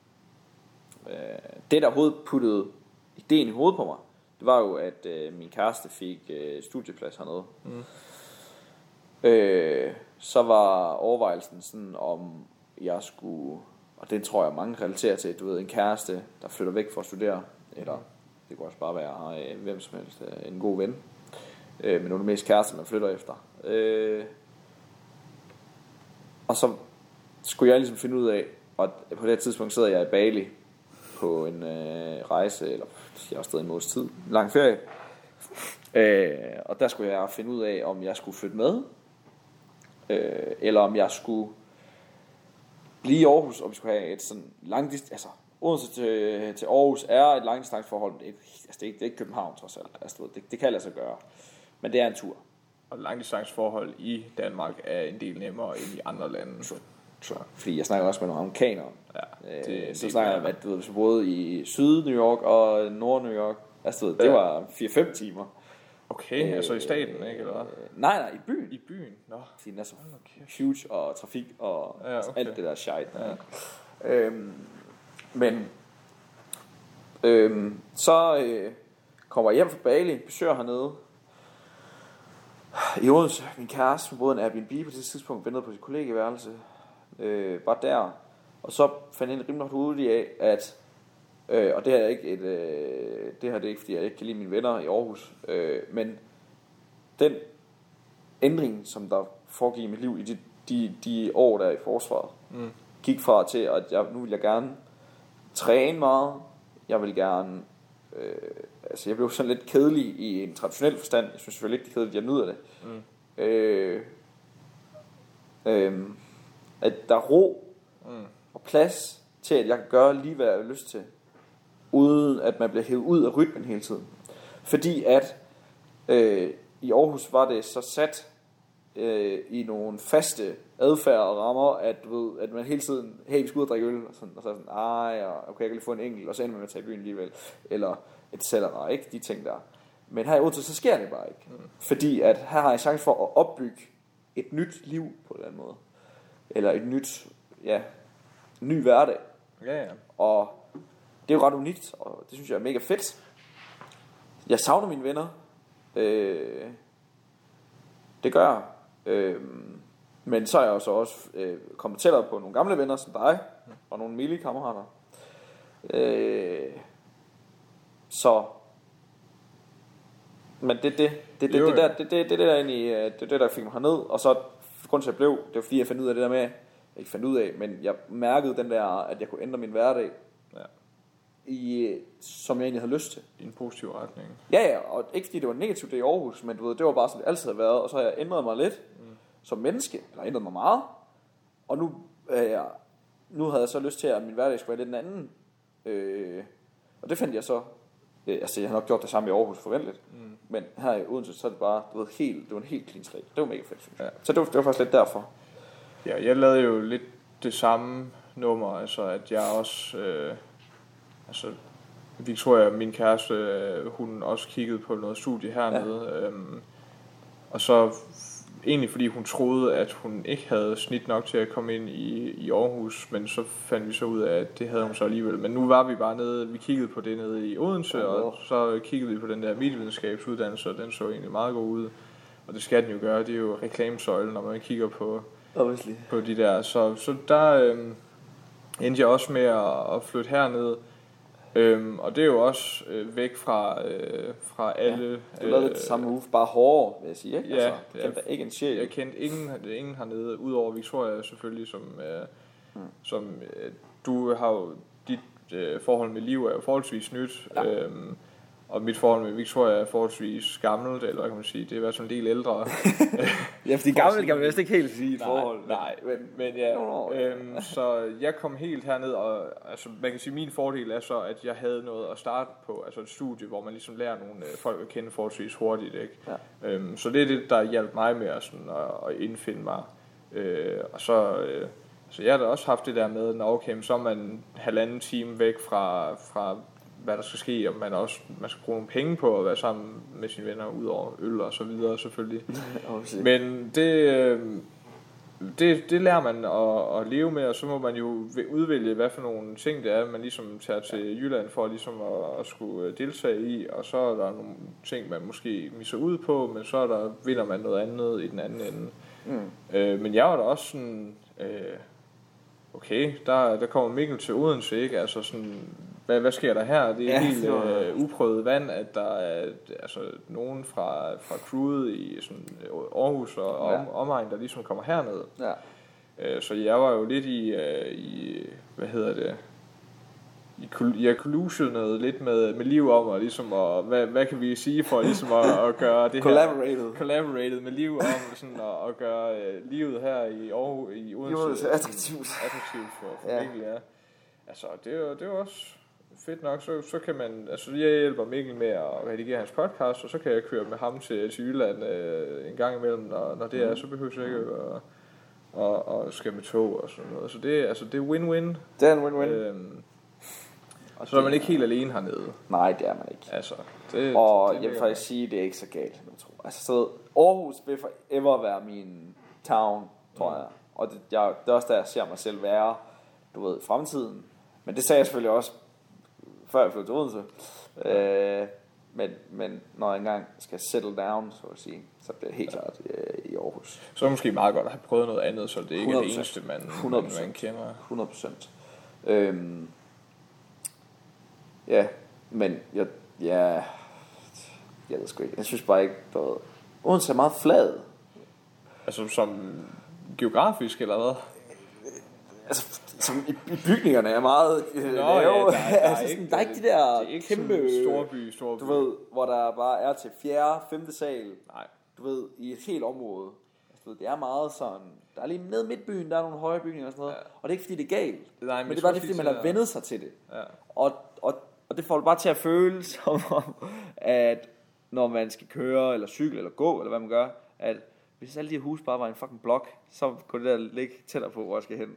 øh, det der hovedet puttede ideen i hovedet på mig, det var jo, at øh, min kæreste fik øh, studieplads hernede. Mm. Øh, så var overvejelsen sådan, om jeg skulle, og det tror jeg mange relaterer til, du ved, en kæreste, der flytter væk for at studere, eller det kunne også bare være øh, hvem som helst, øh, en god ven, øh, men nu er det mest kæreste, man flytter efter. Øh, og så skulle jeg ligesom finde ud af, og på det tidspunkt sidder jeg i Bali på en øh, rejse, eller jeg har stadig en måneds tid, en lang ferie, øh, og der skulle jeg finde ud af, om jeg skulle flytte med, øh, eller om jeg skulle lige i Aarhus, og vi skulle have et sådan langdist, altså Odense til, til Aarhus er et langdistanceforhold, det er, altså, det, er ikke, det er ikke København trods alt, altså, det, det kan lade sig gøre, men det er en tur. Og langdistanceforhold i Danmark er en del nemmere end i andre lande. Så, så. Fordi jeg snakker også med nogle amerikanere. Ja, det, det, så det snakker jeg, at du ved, så både i Syd New York og Nord New York, altså du ved, det ja. var fire fem timer. Okay, øh, altså i staten, ikke? Eller? Nej, nej, i byen. I byen, nå. Fordi den er så huge, og trafik, og ja, okay. alt det der shit. Ja. Øhm, men, øhm, så øh, kommer jeg hjem fra Bali, besøger hernede. I Odense, min kæreste, hun boede en Airbnb på det tidspunkt, ventede på sit kollegeværelse, øh, var der. Og så fandt jeg en rimelig hurtigt af, at Øh, og det her er ikke et, øh, det her er det ikke fordi jeg ikke kan lide mine venner i Aarhus, øh, men den ændring som der foregik i mit liv i de, de, de år der i forsvaret, mm. gik fra til at jeg, nu vil jeg gerne træne meget, jeg vil gerne øh, altså jeg blev sådan lidt kedelig i en traditionel forstand, jeg synes selvfølgelig ikke det er kedeligt, jeg nyder det, mm. øh, øh, at der er ro mm. og plads til at jeg kan gøre lige hvad jeg har lyst til, uden at man bliver hævet ud af rytmen hele tiden. Fordi at øh, i Aarhus var det så sat øh, i nogle faste adfærd og rammer, at, du ved, at man hele tiden, hey, vi skal ud og drikke øl, og, sådan, og så er sådan, ej, okay, jeg kan lige få en enkelt, og så ender man med at tage i byen alligevel, eller et cetera, ikke, de ting der. Men her i Odense, så sker det bare ikke. Mm. Fordi at her har jeg chance for at opbygge et nyt liv på en eller anden måde. Eller et nyt, ja, en ny hverdag. Ja, ja. Og det er jo ret unikt, og det synes jeg er mega fedt. Jeg savner mine venner. Øh, det gør jeg. Øh, men så er jeg jo så også øh, kommet tættere på nogle gamle venner som dig, og nogle milde kammerater. Øh, så men det det det det det der det det det der egentlig det det der fik mig herned, og så grund til at jeg blev, det var fordi jeg fandt ud af det der med, jeg ikke fandt ud af, men jeg mærkede den der, at jeg kunne ændre min hverdag. Ja. I, som jeg egentlig havde lyst til. I en positiv retning. Ja, ja, og ikke fordi det var negativt det i Aarhus, men du ved, det var bare sådan, det altid har været, og så har jeg ændret mig lidt mm. som menneske, eller ændret mig meget, og nu, øh, nu havde jeg så lyst til, at min hverdag skulle være lidt en anden, øh, og det fandt jeg så, øh, altså jeg har nok gjort det samme i Aarhus forventeligt, mm. men her i Odense, så er det bare, du ved, helt, det var en helt clean slate, det var mega fedt, synes jeg. Ja. Så det var, det var faktisk lidt derfor. Ja, jeg lavede jo lidt det samme nummer, altså at jeg også, øh, altså Victoria, min kæreste, øh, hun også kiggede på noget studie hernede, ja. øhm, og så egentlig fordi hun troede, at hun ikke havde snit nok til at komme ind i, i Aarhus, men så fandt vi så ud af, at det havde hun så alligevel. Men nu var vi bare nede, vi kiggede på det nede i Odense, og så kiggede vi på den der medievidenskabsuddannelse, og den så egentlig meget god ud, og det skal den jo gøre, det er jo reklamesøjlen, når man kigger på Obviously. på de der, så, så der øhm, endte jeg også med at, at flytte herned, øhm, og det er jo også øh, væk fra, øh, fra alle. Ja, du lavede øh, det samme move, bare hårdere, vil jeg sige, ikke? Ja, altså, jeg kendte ikke en sjæl. Jeg kendte ingen, ingen hernede, udover Victoria selvfølgelig, som, øh, hmm. som øh, du har jo, dit øh, forhold med Liv er jo forholdsvis nyt, ja. øhm, og mit forhold med Victoria er forholdsvis gammelt, eller hvad kan man sige, det er i hvert fald en del ældre. Ja, fordi gammelt kan man vist ikke helt sige i nej, forhold. Nej, men, men ja, øhm, så jeg kom helt herned, og altså, man kan sige, min fordel er så, at jeg havde noget at starte på, altså et studie, hvor man ligesom lærer nogle øh, folk at kende forholdsvis hurtigt, ikke? Ja. Øhm, så det er det, der hjalp mig med at, sådan, at, at indfinde mig. Øh, og så, øh, så jeg har da også haft det der med, når okay, så er man halvanden time væk fra, fra hvad der skal ske, om man også man skal bruge nogle penge på at være sammen med sine venner, ud over øl og så videre selvfølgelig. Men det, det, det lærer man at, at leve med, og så må man jo udvælge, hvad for nogle ting det er, man ligesom tager til Jylland for ligesom at, at skulle deltage i, og så er der nogle ting, man måske misser ud på, men så er der, vinder man noget andet i den anden ende. Mm. Øh, men jeg var da også sådan, øh, okay, der, der kommer Mikkel til Odense, ikke? Altså sådan, Hvad, hvad sker der her? Det er ja, helt øh, uprøvet vand, at der er altså, nogen fra, fra crewet i sådan, Aarhus og om, ja. omegn, der ligesom kommer herned. Ja. Øh, så jeg var jo lidt i, øh, i hvad hedder det, I, I har collusionet lidt med, med Liv om, og ligesom, og hvad, hvad kan vi sige for ligesom at, at gøre det collaborated. her collaborated med Liv om, sådan at, at gøre uh, livet her i Aarhus, i Odense attraktivt, attraktivt for, for ja. Mikkel, ja. Altså, det er jo, det er jo også fedt nok, så, så kan man, altså jeg hjælper Mikkel med at redigere hans podcast, og så kan jeg køre med ham til, til Jylland øh, en gang imellem, når, når det er, så behøver jeg ikke at og, og skal med tog og sådan noget. Så det, altså, det er win-win. Det er en win-win. Øhm, så er man ikke helt alene hernede. Nej, det er man ikke. Altså, det, og det, jeg vil faktisk sige, det er ikke så galt, som jeg tror. Altså, så Aarhus vil forever være min town, tror mm. jeg. Og det, jeg, det er også der, jeg ser mig selv være, du ved, i fremtiden. Men det sagde jeg selvfølgelig også, før jeg flyttede til Odense. Øh, men, men når jeg engang skal settle down, så at sige, så bliver det helt ja. klart øh, i Aarhus. Så er det måske meget godt at have prøvet noget andet, så det ikke hundrede procent. er det eneste, man, hundrede procent. man kender. hundrede procent. Øhm, ja, men jeg, ja, jeg ved sgu ikke. Jeg synes bare ikke, at Odense er meget flad. Altså som geografisk, eller hvad? Altså, som i, i bygningerne er meget øh, Nå, lave. Ja, der, der, altså, er sådan, ikke, der er ikke de der ikke kæmpe storby, storby. Du ved, hvor der bare er til fjerde, femte sal. Nej. Du ved, i et helt område. Altså, du ved, det er meget sådan. Der er lige ned midt byen, der er nogle høje bygninger og sådan noget. Ja. Og det er ikke fordi det er galt. Nej, men, men det er bare det, fordi man har vendet sig til det. Ja. Og, og, og det får du bare til at føle som om, at når man skal køre, eller cykle, eller gå, eller hvad man gør, at hvis alle de her huse bare var en fucking blok, så kunne det der ligge tættere på, hvor jeg skal hen.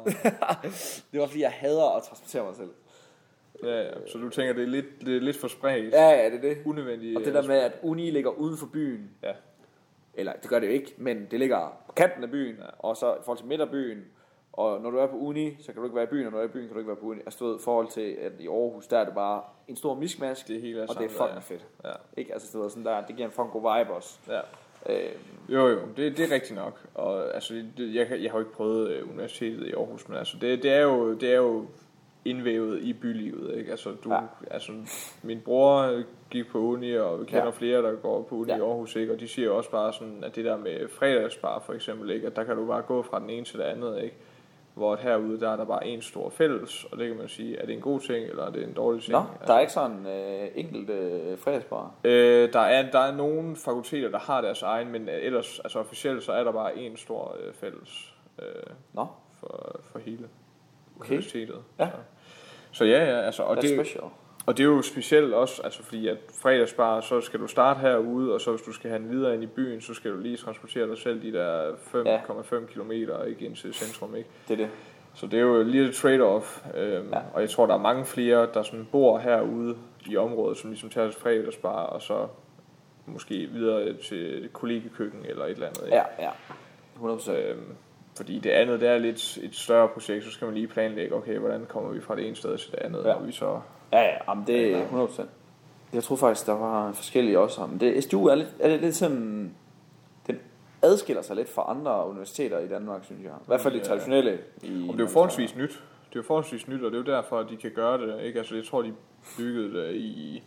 Det var fordi, jeg hader at transportere mig selv. Ja, ja. Så du tænker, det er lidt, det er lidt for spredt? Ja, ja, det er det. Unødvendigt. Og det der med, at uni ligger uden for byen. Ja. Eller, det gør det jo ikke, men det ligger på kanten af byen, ja. Og så i forhold til midt af byen. Og når du er på uni, så kan du ikke være i byen, og når du er i byen, kan du ikke være på uni. Altså, du ved, i forhold til, at i Aarhus, der er det bare en stor miskmask, det hele er og det er fucking ja. fedt. Ja. Ikke? Altså, det, sådan der, det giver en fucking god vibe også. Ja. Øhm. Jo, jo, det, det er rigtigt nok. Og altså, det, jeg, jeg har jo ikke prøvet øh, universitetet i Aarhus, men altså, det, det, er jo, det er jo indvævet i bylivet, ikke? Altså, du, ja. altså, min bror gik på uni, og vi kender ja. flere, der går på uni ja. i Aarhus, ikke? Og de siger jo også bare sådan, at det der med fredagsbar for eksempel, ikke? At der kan du bare gå fra den ene til det andet, ikke? Hvor herude, der er der bare en stor fælles, og det kan man sige, er det en god ting, eller er det en dårlig ting? Nå, altså, der er ikke sådan øh, enkelte øh, fredagsbar? Øh, der, er, der er nogle fakulteter, der har deres egen, men ellers, altså officielt, så er der bare en stor øh, fælles øh, Nå. For, for hele okay. universitetet. Ja. Så, så ja, ja, altså, og That's det, special. og det er jo specielt også, altså fordi at fredagsbar, så skal du starte herude, og så hvis du skal have den videre ind i byen, så skal du lige transportere dig selv de der fem komma fem ja. kilometer ikke ind til centrum, ikke? Det er det. Så det er jo lige et trade-off, øhm, ja. Og jeg tror, der er mange flere, der sådan bor herude i området, som ligesom tager til fredagsbar, og så måske videre til kollegekøkken eller et eller andet. Ikke? Ja, ja. hundrede procent. Øhm, fordi det andet, det er lidt et større projekt, så skal man lige planlægge, okay, hvordan kommer vi fra det ene sted til det andet, ja. Og vi så... Ja, ja, jamen det er hundrede procent. Jeg tror faktisk, der var forskellige også. Men det, S D U er lidt, er lidt sådan... Den adskiller sig lidt fra andre universiteter i Danmark, synes jeg. I hvert fald de traditionelle. I og det er jo forholdsvis nyt. Det er jo forholdsvis nyt, og det er jo derfor, at de kan gøre det. Ikke? Altså, jeg tror, de byggede det i...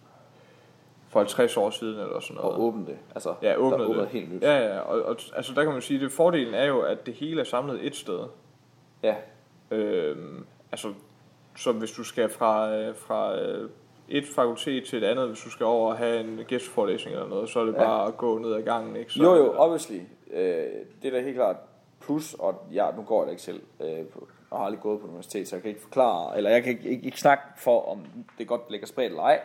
for halvtreds år siden eller sådan noget. Og åbne det. Altså, ja, åbne der det. det helt nyt. Ja, ja, og, og altså, der kan man sige, at fordelen er jo, at det hele er samlet et sted. Ja. Øhm, altså, så hvis du skal fra, fra et fakultet til et andet, hvis du skal over og have en gæsteforelæsning eller noget, så er det ja. bare at gå ned ad gangen, ikke? Så, jo, jo, obviously. Øh, det er da helt klart plus, og ja, nu går jeg ikke selv øh, på, jeg har aldrig gået på universitet, så jeg kan ikke forklare, eller jeg kan ikke, ikke, ikke snakke for, om det godt ligger spredt eller ej.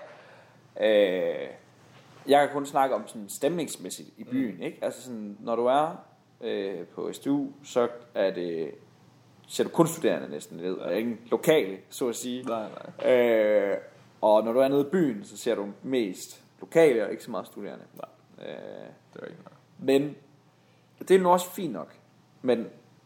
Øh, jeg kan kun snakke om sådan stemningsmæssigt i byen, mm. ikke? Altså sådan, når du er øh, på S D U, så er det, ser du kun studerende næsten, ved, ja. Ikke lokale, så at sige. Nej, nej. Øh, og når du er nede i byen, så ser du mest lokale og ikke så meget studerende. Nej, øh, det er ikke noget. Men det er nu også fint nok. Men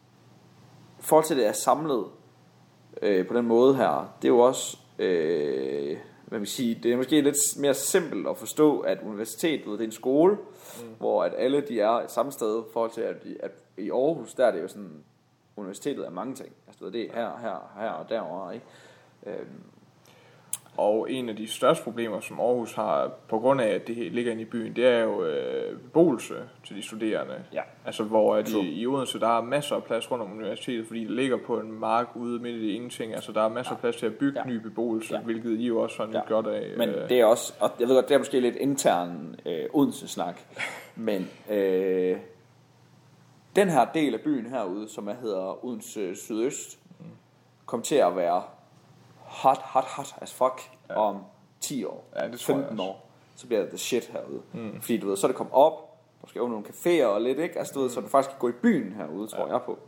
i forhold til det er samlet øh, på den måde her, det er jo også øh, hvad vil sige, det er måske lidt mere simpelt at forstå, at universitetet, det er en skole, mm. hvor at alle de er et samme sted, i forhold til at, at i Aarhus, der er det jo sådan, universitetet er mange ting. Altså det er her, her, her og derovre, ikke? Øhm. Og en af de største problemer, som Aarhus har, på grund af, at det ligger inde i byen, det er jo øh, beboelse til de studerende. Ja. Altså, hvor at i, i Odense, der er masser af plads rundt om universitetet, fordi det ligger på en mark ude midt i ingenting. Altså, der er masser af plads til at bygge ja. ny beboelse, ja. hvilket I jo også har nyt ja. godt af. Men det er også, og jeg ved godt, det er måske lidt intern øh, Odense-snak, men øh, den her del af byen herude, som er hedder Odense Sydøst, mm. kom til at være hot, hot, hot as fuck ja. om ti år, ja, det femten år, så bliver det the shit herude. Mm. Fordi du ved, så er det kommet op, måske åbne nogle caféer og lidt, ikke? Altså du ved, så du faktisk kan gå i byen herude, tror ja. jeg på.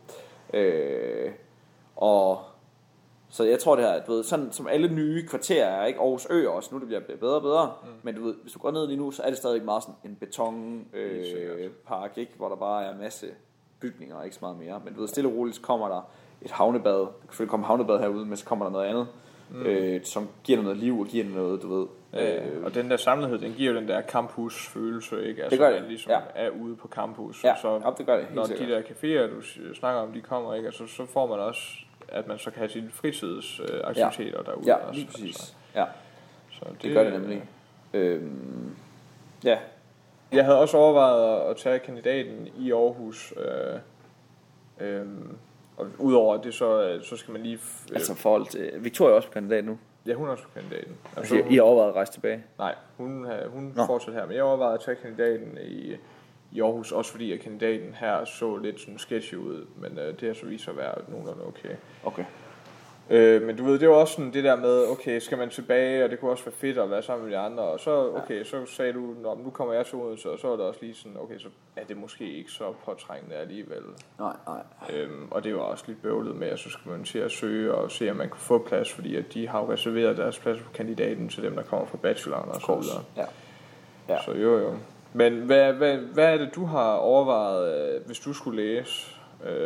Øh, og så jeg tror det her, du ved, sådan som alle nye kvarterer er, ikke? Aarhus Ø også, nu det bliver bedre og bedre, mm. men du ved, hvis du går ned lige nu, så er det stadig meget sådan en betonpark, øh, ikke? Hvor der bare er en masse bygninger og ikke så meget mere. Men du ved, stille og roligt, så kommer der et havnebad. Der kan selvfølgelig komme havnebad herude, men så kommer der noget andet, mm. øh, som giver noget liv og giver noget, du ved. Ja, øh, og den der samlethed, den giver jo den der campus-følelse, ikke? Altså, det gør det. Man ligesom ja. er ude på campus. Ja, og så, ja det gør det. Helt når sikkert. de der caféer, du snakker om, de kommer, ikke? Altså, så får man også, at man så kan have sine fritidsaktiviteter øh, ja. derude. Ja, også, lige præcis. Altså. Ja. Så det, det gør det nemlig. Øhm, ja. Jeg havde også overvejet at tage kandidaten i Aarhus. Øh, øh, og udover det, så, så skal man lige... Øh, altså forhold til... Victoria er også på kandidat nu. Ja, hun er også på kandidaten. Altså, I har overvejet at rejse tilbage? Nej, hun, hun fortsætter her. Men jeg overvejede at tage kandidaten i, i Aarhus, også fordi at kandidaten her så lidt sådan sketchy ud. Men øh, det har så vist sig at være nogenlunde okay. Okay. Øh, men du ved, det var også sådan det der med, okay, skal man tilbage, og det kunne også være fedt at være sammen med de andre, og så, okay, så sagde du, nu kommer jeg til Odense, og så var det også lige sådan, okay, så er det måske ikke så påtrængende alligevel. Nej, nej. Øhm, og det var også lidt bøvlet med, at så skal man til at søge og se, om man kunne få plads, fordi at de har jo reserveret deres plads på kandidaten til dem, der kommer fra bacheloren og så videre. Ja. Ja. Så jo jo. Men hvad, hvad, hvad er det, du har overvejet, hvis du skulle læse? Øh,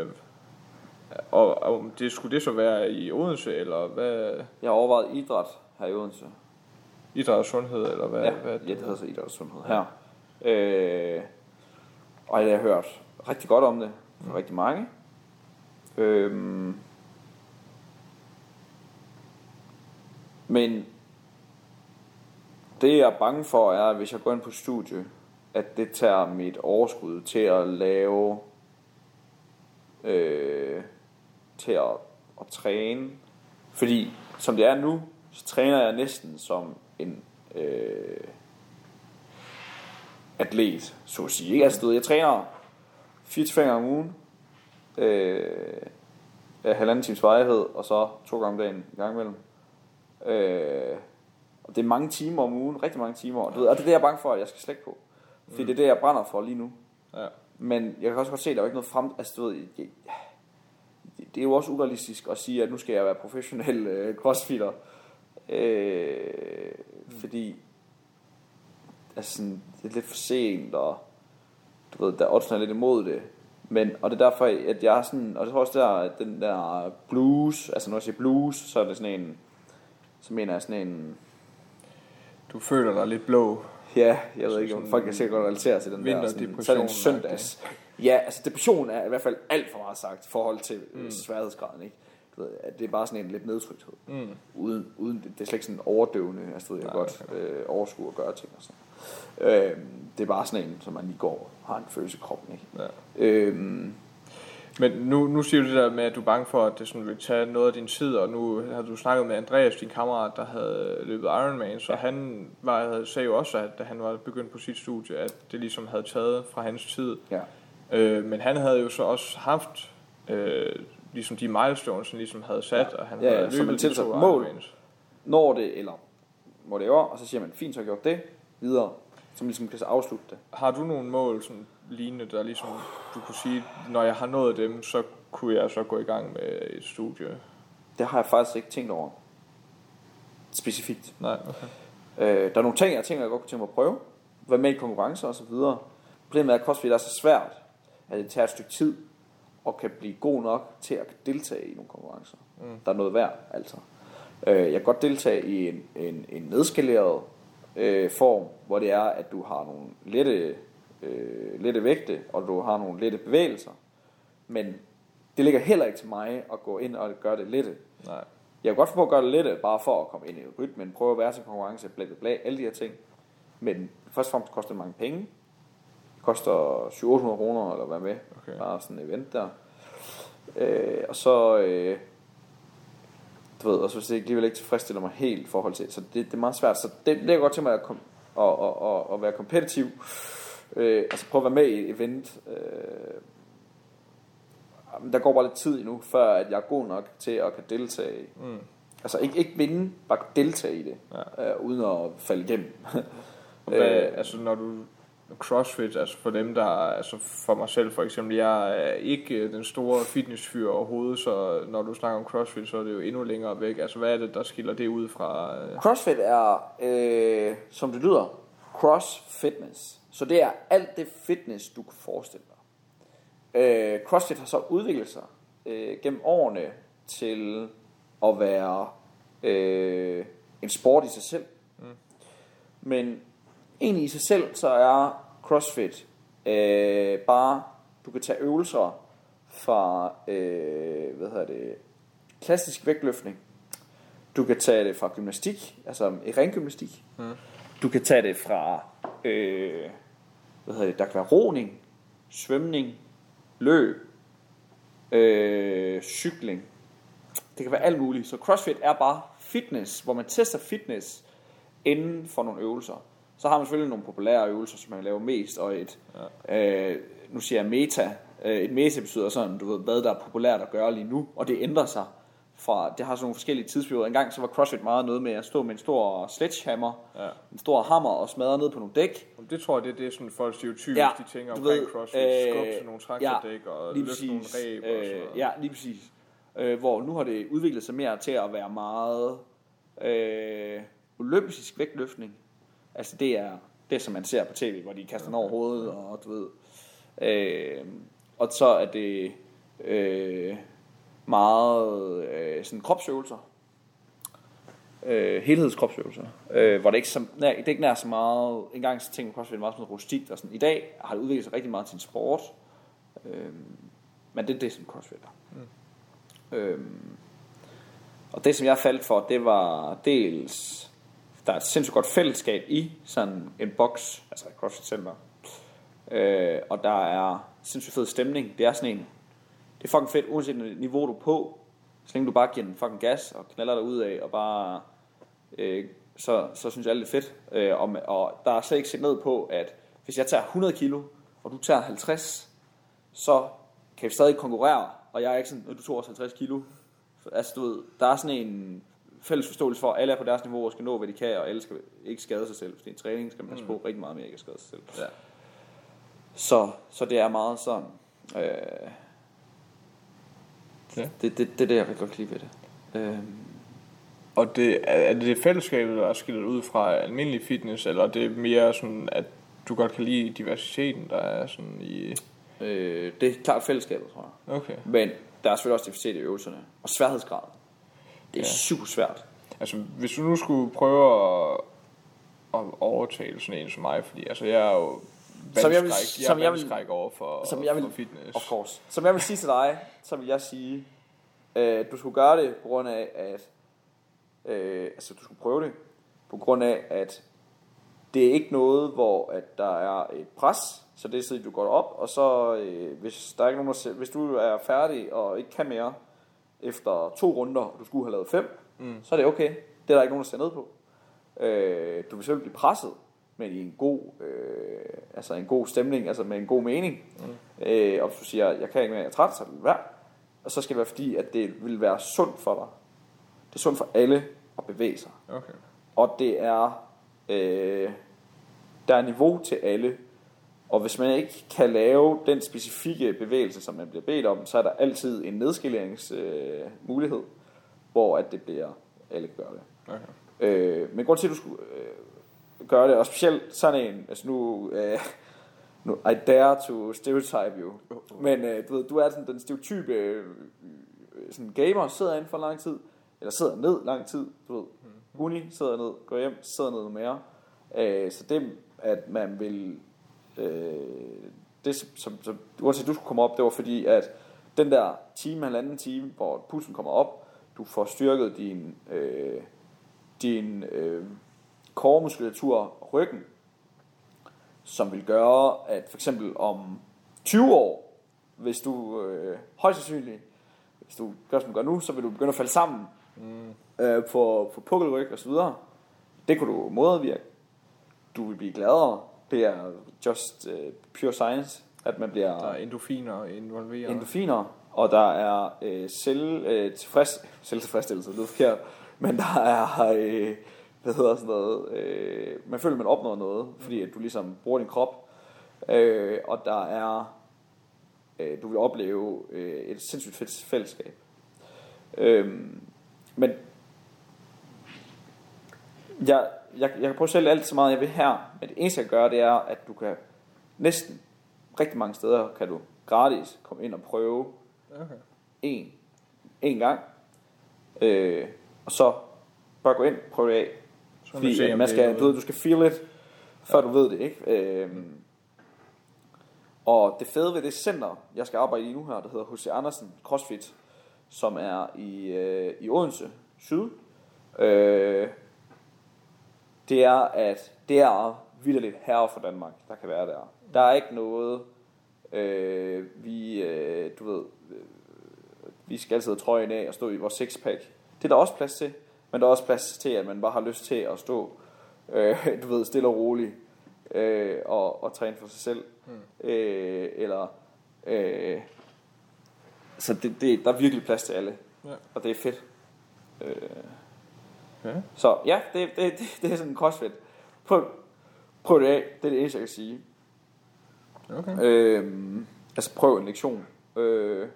Og, og det, skulle det så være i Odense, eller hvad? Jeg har overvejet idræt her i Odense. Idræt og sundhed, eller hvad? Ja, hvad ja det hedder så idræt og sundhed her. Øh, og jeg har hørt rigtig godt om det fra mm. rigtig mange. Øh, men det jeg er bange for er, at hvis jeg går ind på studie, at det tager mit overskud til at lave... Øh, til at, at træne, fordi som det er nu, så træner jeg næsten som en øh, atlet, så at sige. Ikke? Altså, jeg træner fire til fem gange om ugen, øh, halvanden times varighed, og så to gange om dagen i gang imellem. Øh, og det er mange timer om ugen, rigtig mange timer, og, du ved, og det er det, jeg er bange for, at jeg skal slække på. Fordi mm. det er det, jeg brænder for lige nu. Ja. Men jeg kan også godt se, at der er ikke noget frem... Altså, du ved, jeg, det er jo også urealistisk at sige, at nu skal jeg være professionel øh, crossfitter. Øh, mm. Fordi altså, det er lidt for sent, og du ved, der oddsen er lidt imod det. Men, og det er derfor, at jeg er sådan... Og det tror også, der, at den der blues... Altså, når jeg siger blues, så er det sådan en... Så mener jeg sådan en... Du føler dig lidt blå. Ja, jeg ved ikke, om folk kan sikkert godt relatere til den der sådan, sådan søndags. Ja, altså depression er i hvert fald alt for meget sagt i forhold til mm. sværhedsgraden, ikke? Du ved, at det er bare sådan en lidt nedtrykthed. Mm. Uden, uden, det er slet ikke sådan overdøvende, altså jeg ja, godt okay. øh, overskue at gøre ting og sådan. Øh, det er bare sådan en, som man lige går og har en følelse i kroppen, ikke? Ja. Øh, Men nu, nu siger du det der med, at du er bange for, at det sådan vil tage noget af din tid, og nu har du snakket med Andreas, din kammerat, der havde løbet Ironman, så ja. han var, sagde jo også, at da han var begyndt på sit studie, at det ligesom havde taget fra hans tid. Ja. Øh, men han havde jo så også haft øh, ligesom de milestones, han ligesom havde sat, ja. og han ja, havde ja, løbet de to Ironmans. Når det, eller hvor det var, og så siger man, fint, så har gjort det, videre, som ligesom kan så afslutte det. Har du nogle mål, sådan lignende, der ligesom, du kunne sige, når jeg har nået dem, så kunne jeg så gå i gang med et studie? Det har jeg faktisk ikke tænkt over. Specifikt. Nej, okay. Øh, der er nogle ting, jeg tænker, jeg godt kunne tænke mig at prøve. Være med i konkurrencer og så videre. Problemet er, at CrossFit er så svært, at det tager et stykke tid, og kan blive god nok til at deltage i nogle konkurrencer. Mm. Der er noget værd, altså. Øh, jeg kan godt deltage i en, en, en nedskaleret øh, form, hvor det er, at du har nogle lette, øh, lette vægte, og du har nogle lette bevægelser. Men det ligger heller ikke til mig at gå ind og gøre det lette. Nej. jeg kan godt få at gøre det lidt, bare for at komme ind i rytmen, prøve at være til konkurrence, bla bla bla, alle de her ting. Men først og fremmest koster det mange penge. Det koster syv hundrede otte hundrede kroner, eller hvad med. Okay. Bare sådan et event der. Øh, og så, øh, du ved, og så hvis det alligevel ikke tilfredsstiller mig helt i forhold til, så det, det er meget svært. Så det, det er godt til mig at, kom, at, at, at, at være kompetitiv. Øh, altså prøve at være med i et event. Øh, der går bare lidt tid endnu, før at jeg er god nok til at kan deltage. Mm. Altså ikke, ikke vinde, bare deltage i det, ja. øh, uden at falde igennem. Hvad, altså når du CrossFit, altså for dem der, altså for mig selv for eksempel, jeg er ikke den store fitnessfyr overhovedet, så når du snakker om CrossFit, så er det jo endnu længere væk. Altså hvad er det, der skiller det ud fra? CrossFit er, øh, som det lyder, cross fitness. Så det er alt det fitness, du kan forestille dig. Øh, CrossFit har så udviklet sig øh, gennem årene til at være øh, en sport i sig selv. Mm. Men egentlig i sig selv, så er CrossFit øh, bare, du kan tage øvelser fra øh, hvad hedder det, klassisk vægtløftning. Du kan tage det fra gymnastik, altså ringgymnastik. Mm. Du kan tage det fra øh, hvad hedder det, der kan være roning, svømning, løb, øh, cykling. Det kan være alt muligt. Så CrossFit er bare fitness, hvor man tester fitness inden for nogle øvelser. Så har man selvfølgelig nogle populære øvelser, som man laver mest, og et, ja. øh, nu siger jeg meta, øh, et meta betyder sådan, du ved, hvad der er populært at gøre lige nu, og det ændrer sig fra, det har sådan nogle forskellige tidsperioder. En gang så var CrossFit meget noget med at stå med en stor sledgehammer, ja. en stor hammer og smadre ned på nogle dæk. Det tror jeg, det, det er sådan folk stereotypisk, ja, de tænker omkring ved, CrossFit, øh, skub til nogle traktordæk ja, og løfte nogle ræb og sådan noget. Ja, lige præcis. Øh, hvor nu har det udviklet sig mere til at være meget øh, olympisk vægtløftning. Altså det er det, som man ser på tv, hvor de kaster den over hovedet, og du ved. Øh, og så er det øh, meget øh, sådan kropsøvelser. Øh, helhedskropsøvelser. Øh, hvor det ikke, som, nej, det er ikke nær så meget, engang så tænker man CrossFit meget som noget rustikt og sådan. I dag har det udviklet sig rigtig meget til en sport. Øh, men det er det, som CrossFit er. Mm. Øh, og det, som jeg faldt for, det var dels, der er et sindssygt godt fællesskab i sådan en boks, altså et CrossFit center. Øh, og der er sindssygt fed stemning. Det er sådan en, det er fucking fedt, uanset hvilket niveau du er på, så længe du bare giver den fucking gas og knaller dig ud af, og bare, øh, så, så synes jeg alt er fedt. Øh, og, og der er slet ikke set ned på, at hvis jeg tager hundrede kilo, og du tager halvtreds, så kan vi stadig konkurrere, og jeg er ikke sådan, at du tog også halvtreds kilo. Altså du ved, der er sådan en fælles forståelse for, at alle er på deres niveau og skal nå, hvad de kan, og alle skal ikke skade sig selv. Hvis det er en træning, skal man passe på mm. rigtig meget mere, ikke at skade sig selv. Ja. Så, så det er meget sådan, øh, ja. det, det, det er det, jeg vil godt lide ved det. Øh. Og det, er det fællesskabet, der er skilt ud fra almindelig fitness, eller er det mere sådan, at du godt kan lide diversiteten, der er sådan i... Øh, det er klart fællesskabet, tror jeg. Okay. Men der er selvfølgelig også diversitet i øvelserne. Og sværhedsgraden. Det er ja. super svært. Altså, hvis du nu skulle prøve at, at overtale sådan en som mig, fordi altså, jeg er jo vandskræk, jeg, jeg er vandskræk over for, som jeg vil, for fitness. Of course. Som jeg vil sige til dig, så vil jeg sige, at du skulle gøre det på grund af, at øh, altså du skulle prøve det, på grund af, at det er ikke noget, hvor at der er et pres, så det er sådan, du går op, og så øh, hvis der er ikke nogen, der, hvis du er færdig og ikke kan mere efter to runder, og du skulle have lavet fem, mm. så er det okay. Det er der ikke nogen, der ser ned på. Øh, du vil selvfølgelig blive presset, men i en god, øh, altså en god stemning, altså med en god mening. Mm. Øh, og hvis du siger, jeg kan ikke mere, jeg er træt, så er det værd. Og så skal det være fordi, at det vil være sundt for dig. Det er sundt for alle at bevæge sig. Okay. Og det er, øh, der er niveau til alle. Og hvis man ikke kan lave den specifikke bevægelse, som man bliver bedt om, så er der altid en nedskaleringsmulighed, øh, hvor at det bliver, alle kan gøre det. Okay. Øh, men grund til, at du skulle øh, gøre det, og specielt sådan en, altså nu, øh, nu I dare to stereotype you, men øh, du ved, du er sådan den stereotype øh, sådan gamer, sidder inden for lang tid, eller sidder ned lang tid, du ved, mm. uni, sidder ned, går hjem, sidder ned mere. Øh, så det, at man vil Øh, det som, som uanset du skulle komme op, det var fordi at den der time, halvanden time, hvor pulsen kommer op, du får styrket din, øh, din øh, core-muskulatur, ryggen, som vil gøre, at for eksempel om tyve år, hvis du øh, højst sandsynligt, hvis du gør som du gør nu, så vil du begynde at falde sammen mm. øh, på, på pukkelryg og så videre. Det kunne du modvirke. Du vil blive gladere. Det er just uh, pure science, at man bliver... Der er endorfiner involveret. Endorfiner, og der er øh, selv, øh, tilfreds, selvtilfredsstillelse, det er forkert, men der er, øh, hvad hedder sådan noget, øh, man føler, man opnår noget, fordi at du ligesom bruger din krop, øh, og der er, øh, du vil opleve øh, et sindssygt fedt fællesskab. Øh, men jeg, jeg, jeg kan prøve selv alt så meget jeg vil her, men det eneste jeg gør, det er, at du kan næsten, rigtig mange steder kan du gratis komme ind og prøve okay. en, en gang, øh, og så bare gå ind og prøve det af. Så fordi se, man skal, du, ved, du skal feel it, før ja. du ved det, ikke? Øh, og det fede ved det center, jeg skal arbejde i nu her, der hedder H C Andersen CrossFit, som er i, øh, i Odense Syd, øh, det er, at det er vitterligt herre for Danmark, der kan være der. Der er ikke noget, øh, vi, øh, du ved, øh, vi skal altid have trøjen af og stå i vores sixpack. Det er der også plads til, men der er også plads til, at man bare har lyst til at stå, øh, du ved, stille og roligt øh, og, og træne for sig selv. Mm. Øh, eller, øh, så det, det, der er virkelig plads til alle, ja. Og det er fedt. Øh, okay. Så ja, det, det, det, det er sådan en CrossFit. Prøv, prøv det af, det er det eneste, jeg kan sige. Okay. Øhm, altså prøv en lektion. Øh,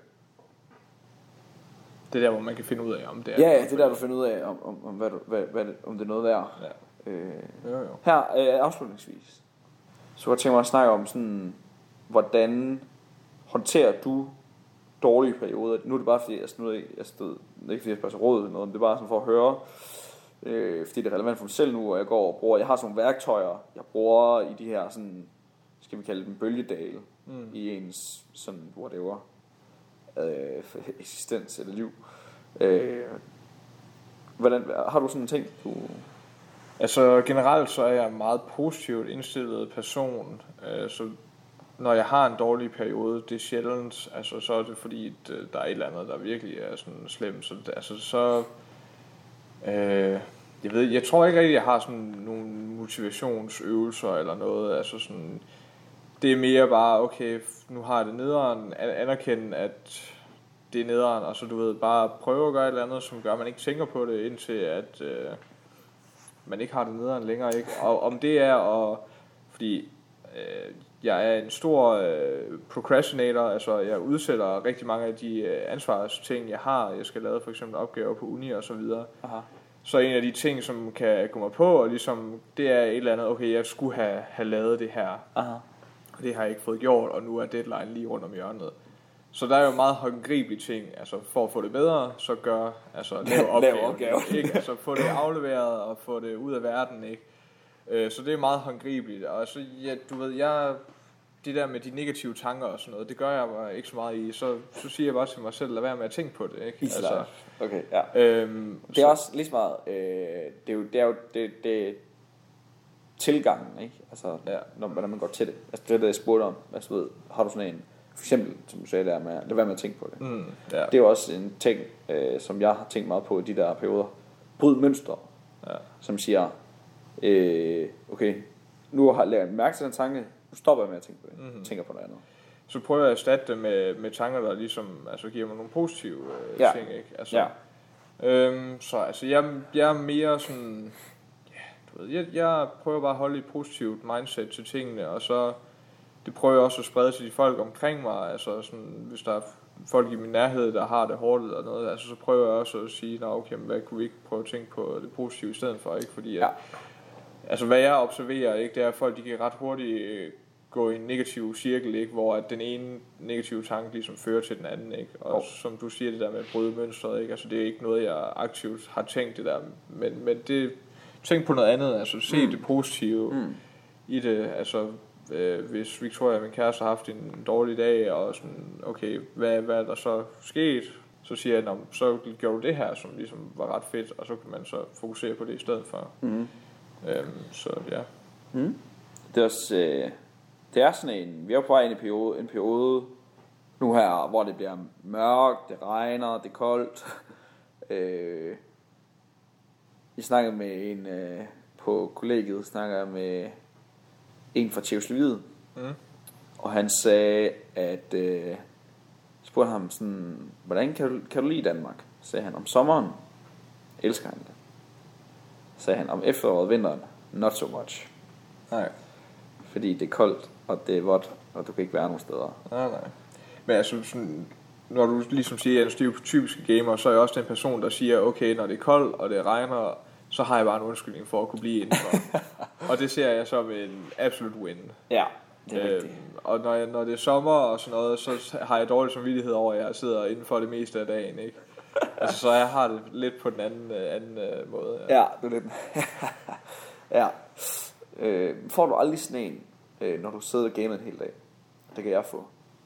det er der, hvor man kan finde ud af, om det er... Ja, ja det er der, du finder ud af, om, om, om, hvad du, hvad, hvad, om det er noget værd. Ja. Øh, jo, jo. Her øh, afslutningsvis, så jeg tænker mig at snakke om sådan, hvordan håndterer du dårlige perioder? Nu er det bare fordi, jeg stod, jeg stod ikke fordi jeg spørger råd eller noget, men det er bare sådan for at høre, øh, fordi det er relevant for mig selv nu, og jeg går og bruger, jeg har sådan nogle værktøjer, jeg bruger i de her sådan, skal vi kalde dem bølgedale, mm. i ens sådan, whatever, øh, eksistens eller liv. Øh, hvordan, har du sådan en ting, du... Altså generelt så er jeg en meget positivt indstillet person, øh, så når jeg har en dårlig periode, det er sjældent, altså så er det fordi, at, der er et eller andet, der virkelig er sådan slemt, så det, altså så, øh, jeg ved, jeg tror ikke rigtig, jeg har sådan nogle motivationsøvelser eller noget, altså sådan, det er mere bare, okay, nu har jeg det nederen, anerkende, at det er nederen, og så du ved, bare prøve at gøre et eller andet, som gør, at man ikke tænker på det, indtil at øh, man ikke har det nederen længere, ikke? Og om det er, og, fordi øh, jeg er en stor øh, procrastinator, altså jeg udsætter rigtig mange af de øh, ansvarsting, jeg har, jeg skal lave for eksempel opgaver på uni og så videre. Aha. Så en af de ting, som kan gå mig på, og ligesom, det er et eller andet, okay, jeg skulle have, have lavet det her. Aha. Og det har jeg ikke fået gjort, og nu er deadline lige rundt om hjørnet. Så der er jo meget håndgribelige ting, altså for at få det bedre, så gør, altså lave opgaver, opgave. Ikke? Altså få det afleveret og få det ud af verden, ikke? Øh, så det er meget håndgribeligt, og så, ja, du ved, jeg, det der med de negative tanker og sådan noget, det gør jeg bare ikke så meget i, så, så siger jeg bare til mig selv, lad være med at tænke på det, ikke? Altså, okay, ja. Øhm, det er så, også lige så meget, øh, det er jo, det er jo, det, det tilgangen, ikke? Altså, ja. når, hvordan man går til det. Altså det er det, jeg spurgte om, altså, ved, har du sådan en, for eksempel, som du sagde der med, lad være med at tænke på det. Mm, ja. Det er jo også en ting, øh, som jeg har tænkt meget på i de der perioder. Bryd mønstre, ja. Som siger, øh, okay, nu har jeg mærket til den tanke, nu stopper jeg med at tænke på det, mm-hmm. tænker på noget andet. Så prøver jeg at erstatte det med, med tanker, der ligesom, altså giver mig nogle positive øh, ja. ting, ikke? Altså, ja. øhm, så altså, jeg, jeg er mere sådan, ja, du ved, jeg, jeg prøver bare at holde et positivt mindset til tingene, og så det prøver jeg også at sprede til de folk omkring mig, altså sådan, hvis der er folk i min nærhed, der har det hårdt eller noget, altså så prøver jeg også at sige, nå okay, hvad kunne vi ikke prøve at tænke på det positive i stedet for, ikke? Fordi at, ja. altså hvad jeg observerer, ikke, det er at folk, de kan ret hurtigt gå i en negativ cirkel, ikke, hvor at den ene negative tanke ligesom fører til den anden, ikke? Og oh. som du siger, det der med at bryde mønstret, ikke? Altså det er ikke noget, jeg aktivt har tænkt det der, men, men det, tænk på noget andet, altså se mm. det positive mm. i det, altså øh, hvis Victoria, min kæreste, har haft en dårlig dag, og sådan, okay, hvad, hvad er der så sket? så siger jeg, så gjorde du det her, som ligesom var ret fedt, og så kan man så fokusere på det i stedet for. Mm. Øhm, så ja. Mm. Det er også, øh, det er sådan en, vi er på vej ind i periode, en periode nu her, hvor det bliver mørkt, det regner, det er koldt. øh, jeg snakkede med en øh, på kollegiet, snakker jeg med en fra Tjekkoslovakiet, mm. og han sagde, at øh, spurgte ham sådan, hvordan kan du, kan du lide Danmark? Sagde han, om sommeren elsker han det. Sagde han, om efteråret, vinteren, not so much. Nej. Fordi det er koldt, og det er vådt, og du kan ikke være nogen steder. Nej, nej. Men altså, sådan, når du ligesom siger, at du er typiske gamer, så er jeg også den person, der siger, okay, når det er koldt, og det regner, så har jeg bare en undskyldning for at kunne blive indenfor. Og det ser jeg som en absolut win. Ja, det er øhm, rigtigt. Og når, jeg, når det er sommer og sådan noget, så har jeg dårlig samvittighed over, at jeg sidder indenfor det meste af dagen, ikke? Altså, så jeg har det lidt på den anden, anden uh, måde. Ja, ja det er lidt. Ja. Øh, får du aldrig sådan en, øh, når du sidder og gamer en hel dag? Det kan jeg få.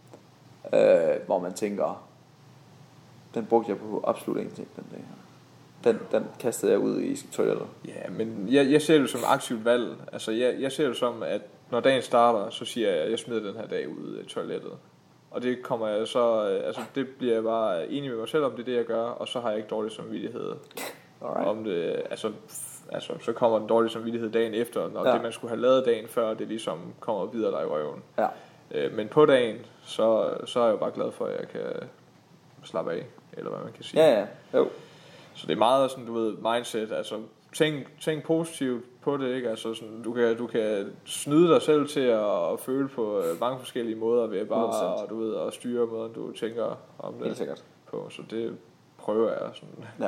Øh, hvor man tænker, den brugte jeg på absolut ingenting den dag. Den, den kastede jeg ud i toilettet. Ja, men jeg, jeg ser det som aktivt valg. Altså, jeg, jeg ser det som, at når dagen starter, så siger jeg, at jeg smider den her dag ud i toilettet. Og det kommer jeg så, altså det bliver jeg bare enig med mig selv om, det er det jeg gør, og så har jeg ikke dårlig samvittighed. Alright. Om det, altså, altså så kommer den dårlige samvittighed dagen efter, når ja. det man skulle have lavet dagen før, det ligesom kommer videre dig i røven. Ja. Øh, men på dagen, så, så er jeg jo bare glad for, at jeg kan slappe af, eller hvad man kan sige. Ja, ja. Jo. Så det er meget sådan, du ved, mindset, altså tænk, tænk positivt på det, ikke? Altså sådan, du kan, du kan snyde dig selv til at, at føle på mange forskellige måder ved bare, hundrede procent. Du ved, at styre måden, du tænker om det. Helt sikkert. På, så det prøver jeg sådan. Ja.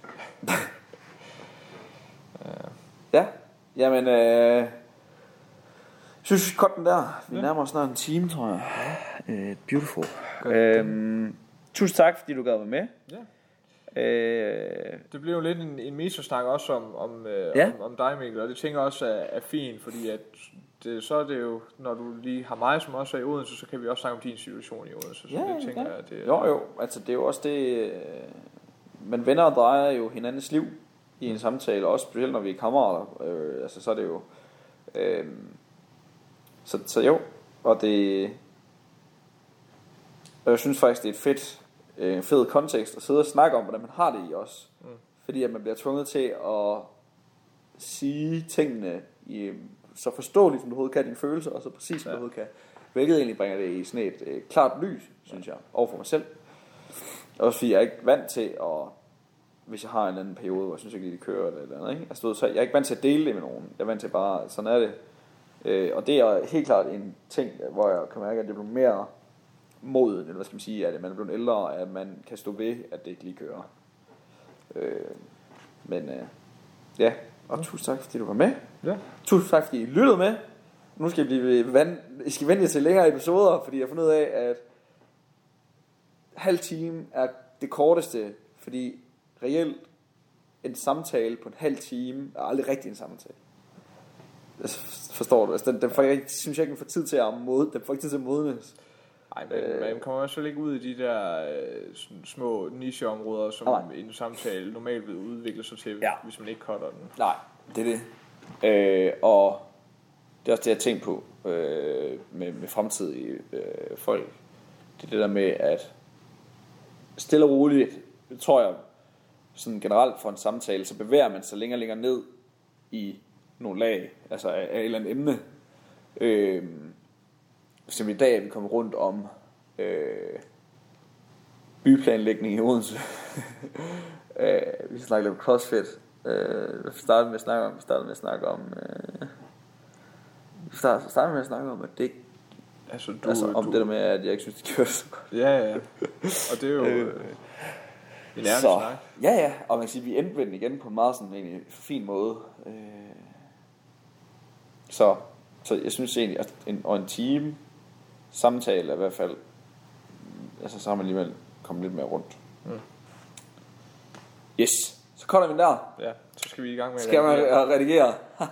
ja. Ja, jamen, øh, synes godt den der. Vi ja. nærmer os snart en time, tror jeg. Ja. Uh, beautiful. Øhm, tusind tak, fordi du gad være med. Ja. Øh, det blev jo lidt en, en mesosnak også om, om, øh, ja. om, om dig, Mikkel, og det tænker jeg også er, er fint, fordi at det, så er det jo, når du lige har mig som også er i Odense, så kan vi også snakke om din situation i Odense, så ja, det tænker ja. jeg, det jo jo, altså det er jo også det, man vender og drejer jo hinandens liv i en samtale, også specielt når vi er kammerater, øh, altså så er det jo, øh, så, så jo, og det, og jeg synes faktisk det er et fedt, en fed kontekst at sidde og snakke om, hvordan man har det i os. Mm. Fordi at man bliver tvunget til at sige tingene i, så forståeligt som du overhovedet kan, dine følelser, og så præcis som ja. du overhovedet kan. Hvilket egentlig bringer det i sådan et øh, klart lys, synes jeg, overfor mig selv. Også fordi jeg er ikke vant til at, hvis jeg har en anden periode, hvor jeg synes ikke lige det kører eller eller andet, ikke? Altså, så jeg er ikke vant til at dele det med nogen. Jeg er vant til bare, sådan er det. Øh, og det er helt klart en ting, hvor jeg kan mærke, at det bliver mere moden, eller hvad skal man sige, at man er blevet ældre, at man kan stå ved, at det ikke lige kører. Øh, men øh, ja, og tusind tak, fordi du var med. Ja. Tusind tak, fordi I lyttede med. Nu skal I blive vand, I skal vente til længere episoder, fordi jeg har fundet ud af, at halv time er det korteste, fordi reelt en samtale på en halv time er aldrig rigtig en samtale. Forstår du? Altså, den, den får jeg, synes jeg ikke, den får tid til at mode, den får ikke tid til at modnes. Nej, men øh, man kommer også ikke ud i de der øh, små nicheområder, som nej. en samtale normalt vil udvikle sig til, ja. hvis man ikke cutter den. Nej, det er det. Øh, og det er også det, jeg har tænkt på øh, med, med fremtidige øh, folk. Det er det der med, at stille og roligt, det tror jeg, sådan generelt for en samtale, så bevæger man sig længere og længere ned i nogle lag, altså af, af et eller andet emne. Øh, Som i dag er vi kommet rundt om øh, byplanlægning i Odense. øh, vi snakker lidt om CrossFit. Øh, vi startede med at snakke om, vi startede med at snakke om, øh, vi startede, startede med at snakke om, at det ikke, altså, du, altså om du, det der med, at jeg ikke synes, det kører så godt. Ja, ja. Og det er jo øh, en ærlig snak. Ja, ja. Og man kan sige, at vi endte den igen på en meget sådan en fin måde. Øh, så, så jeg synes egentlig, at en, og en time samtale i hvert fald, altså så har man alligevel kommet lidt mere rundt. Mm. Yes, så kommer vi der. Ja, så skal vi i gang med at skal redigere. man redigere.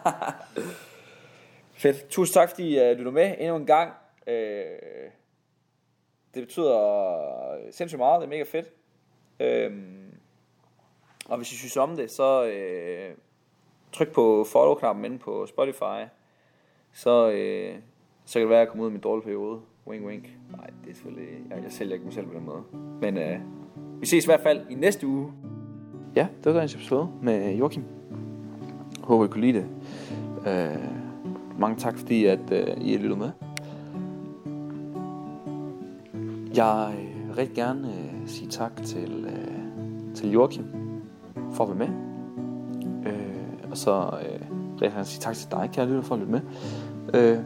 Fedt. Tusind tak fordi uh, du er med endnu en gang. Uh, det betyder sindssygt meget. Det er mega fedt. Øhm, og hvis I synes om det, så øh, tryk på follow-knappen inde på Spotify. Så, øh, så kan det være, at jeg kommer ud af min dårlige periode. Wink, wink. Nej, det er selvfølgelig... Jeg, jeg sælger ikke mig selv på den måde. Men øh, vi ses i hvert fald i næste uge. Ja, det var dagens episode med Joachim. Håber, I kunne lide det. Øh, mange tak, fordi at, øh, I har lyttet med. Jeg vil rigtig gerne øh, sige tak til, øh, til Joachim for at være med. Øh, og så øh, rigtig gerne sige tak til dig, kære lytter, for at lytte med. Øh,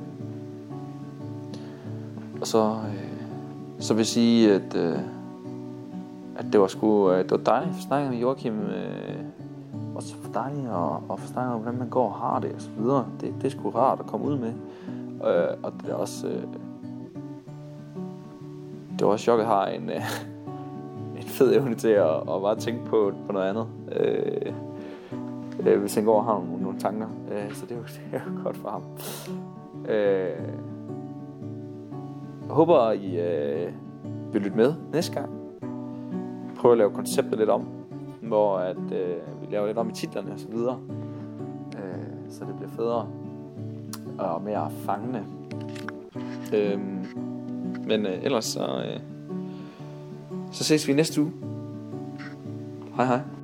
og så, øh, så vil jeg sige, at, øh, at det var sgu øh, det var dejligt at snakke med Joachim. Øh, også for dejligt at, at få snakket om, hvordan man går og har det og så videre. Det, det er sgu rart at komme ud med. Øh, og det er også... Øh, det var også sjovt, at har en, øh, en fed evne til at, at bare tænke på, på noget andet. Øh, øh, hvis han går og har nogle, nogle tanker. Øh, så det er, jo, det er jo godt for ham. Øh, jeg håber, I øh, vil lytte med næste gang. Prøv at lave konceptet lidt om. Hvor at, øh, vi laver lidt om i titlerne og så videre. Øh, så det bliver federe og mere fangende. Øh, Men øh, ellers så, øh, så ses vi næste uge. Hej hej.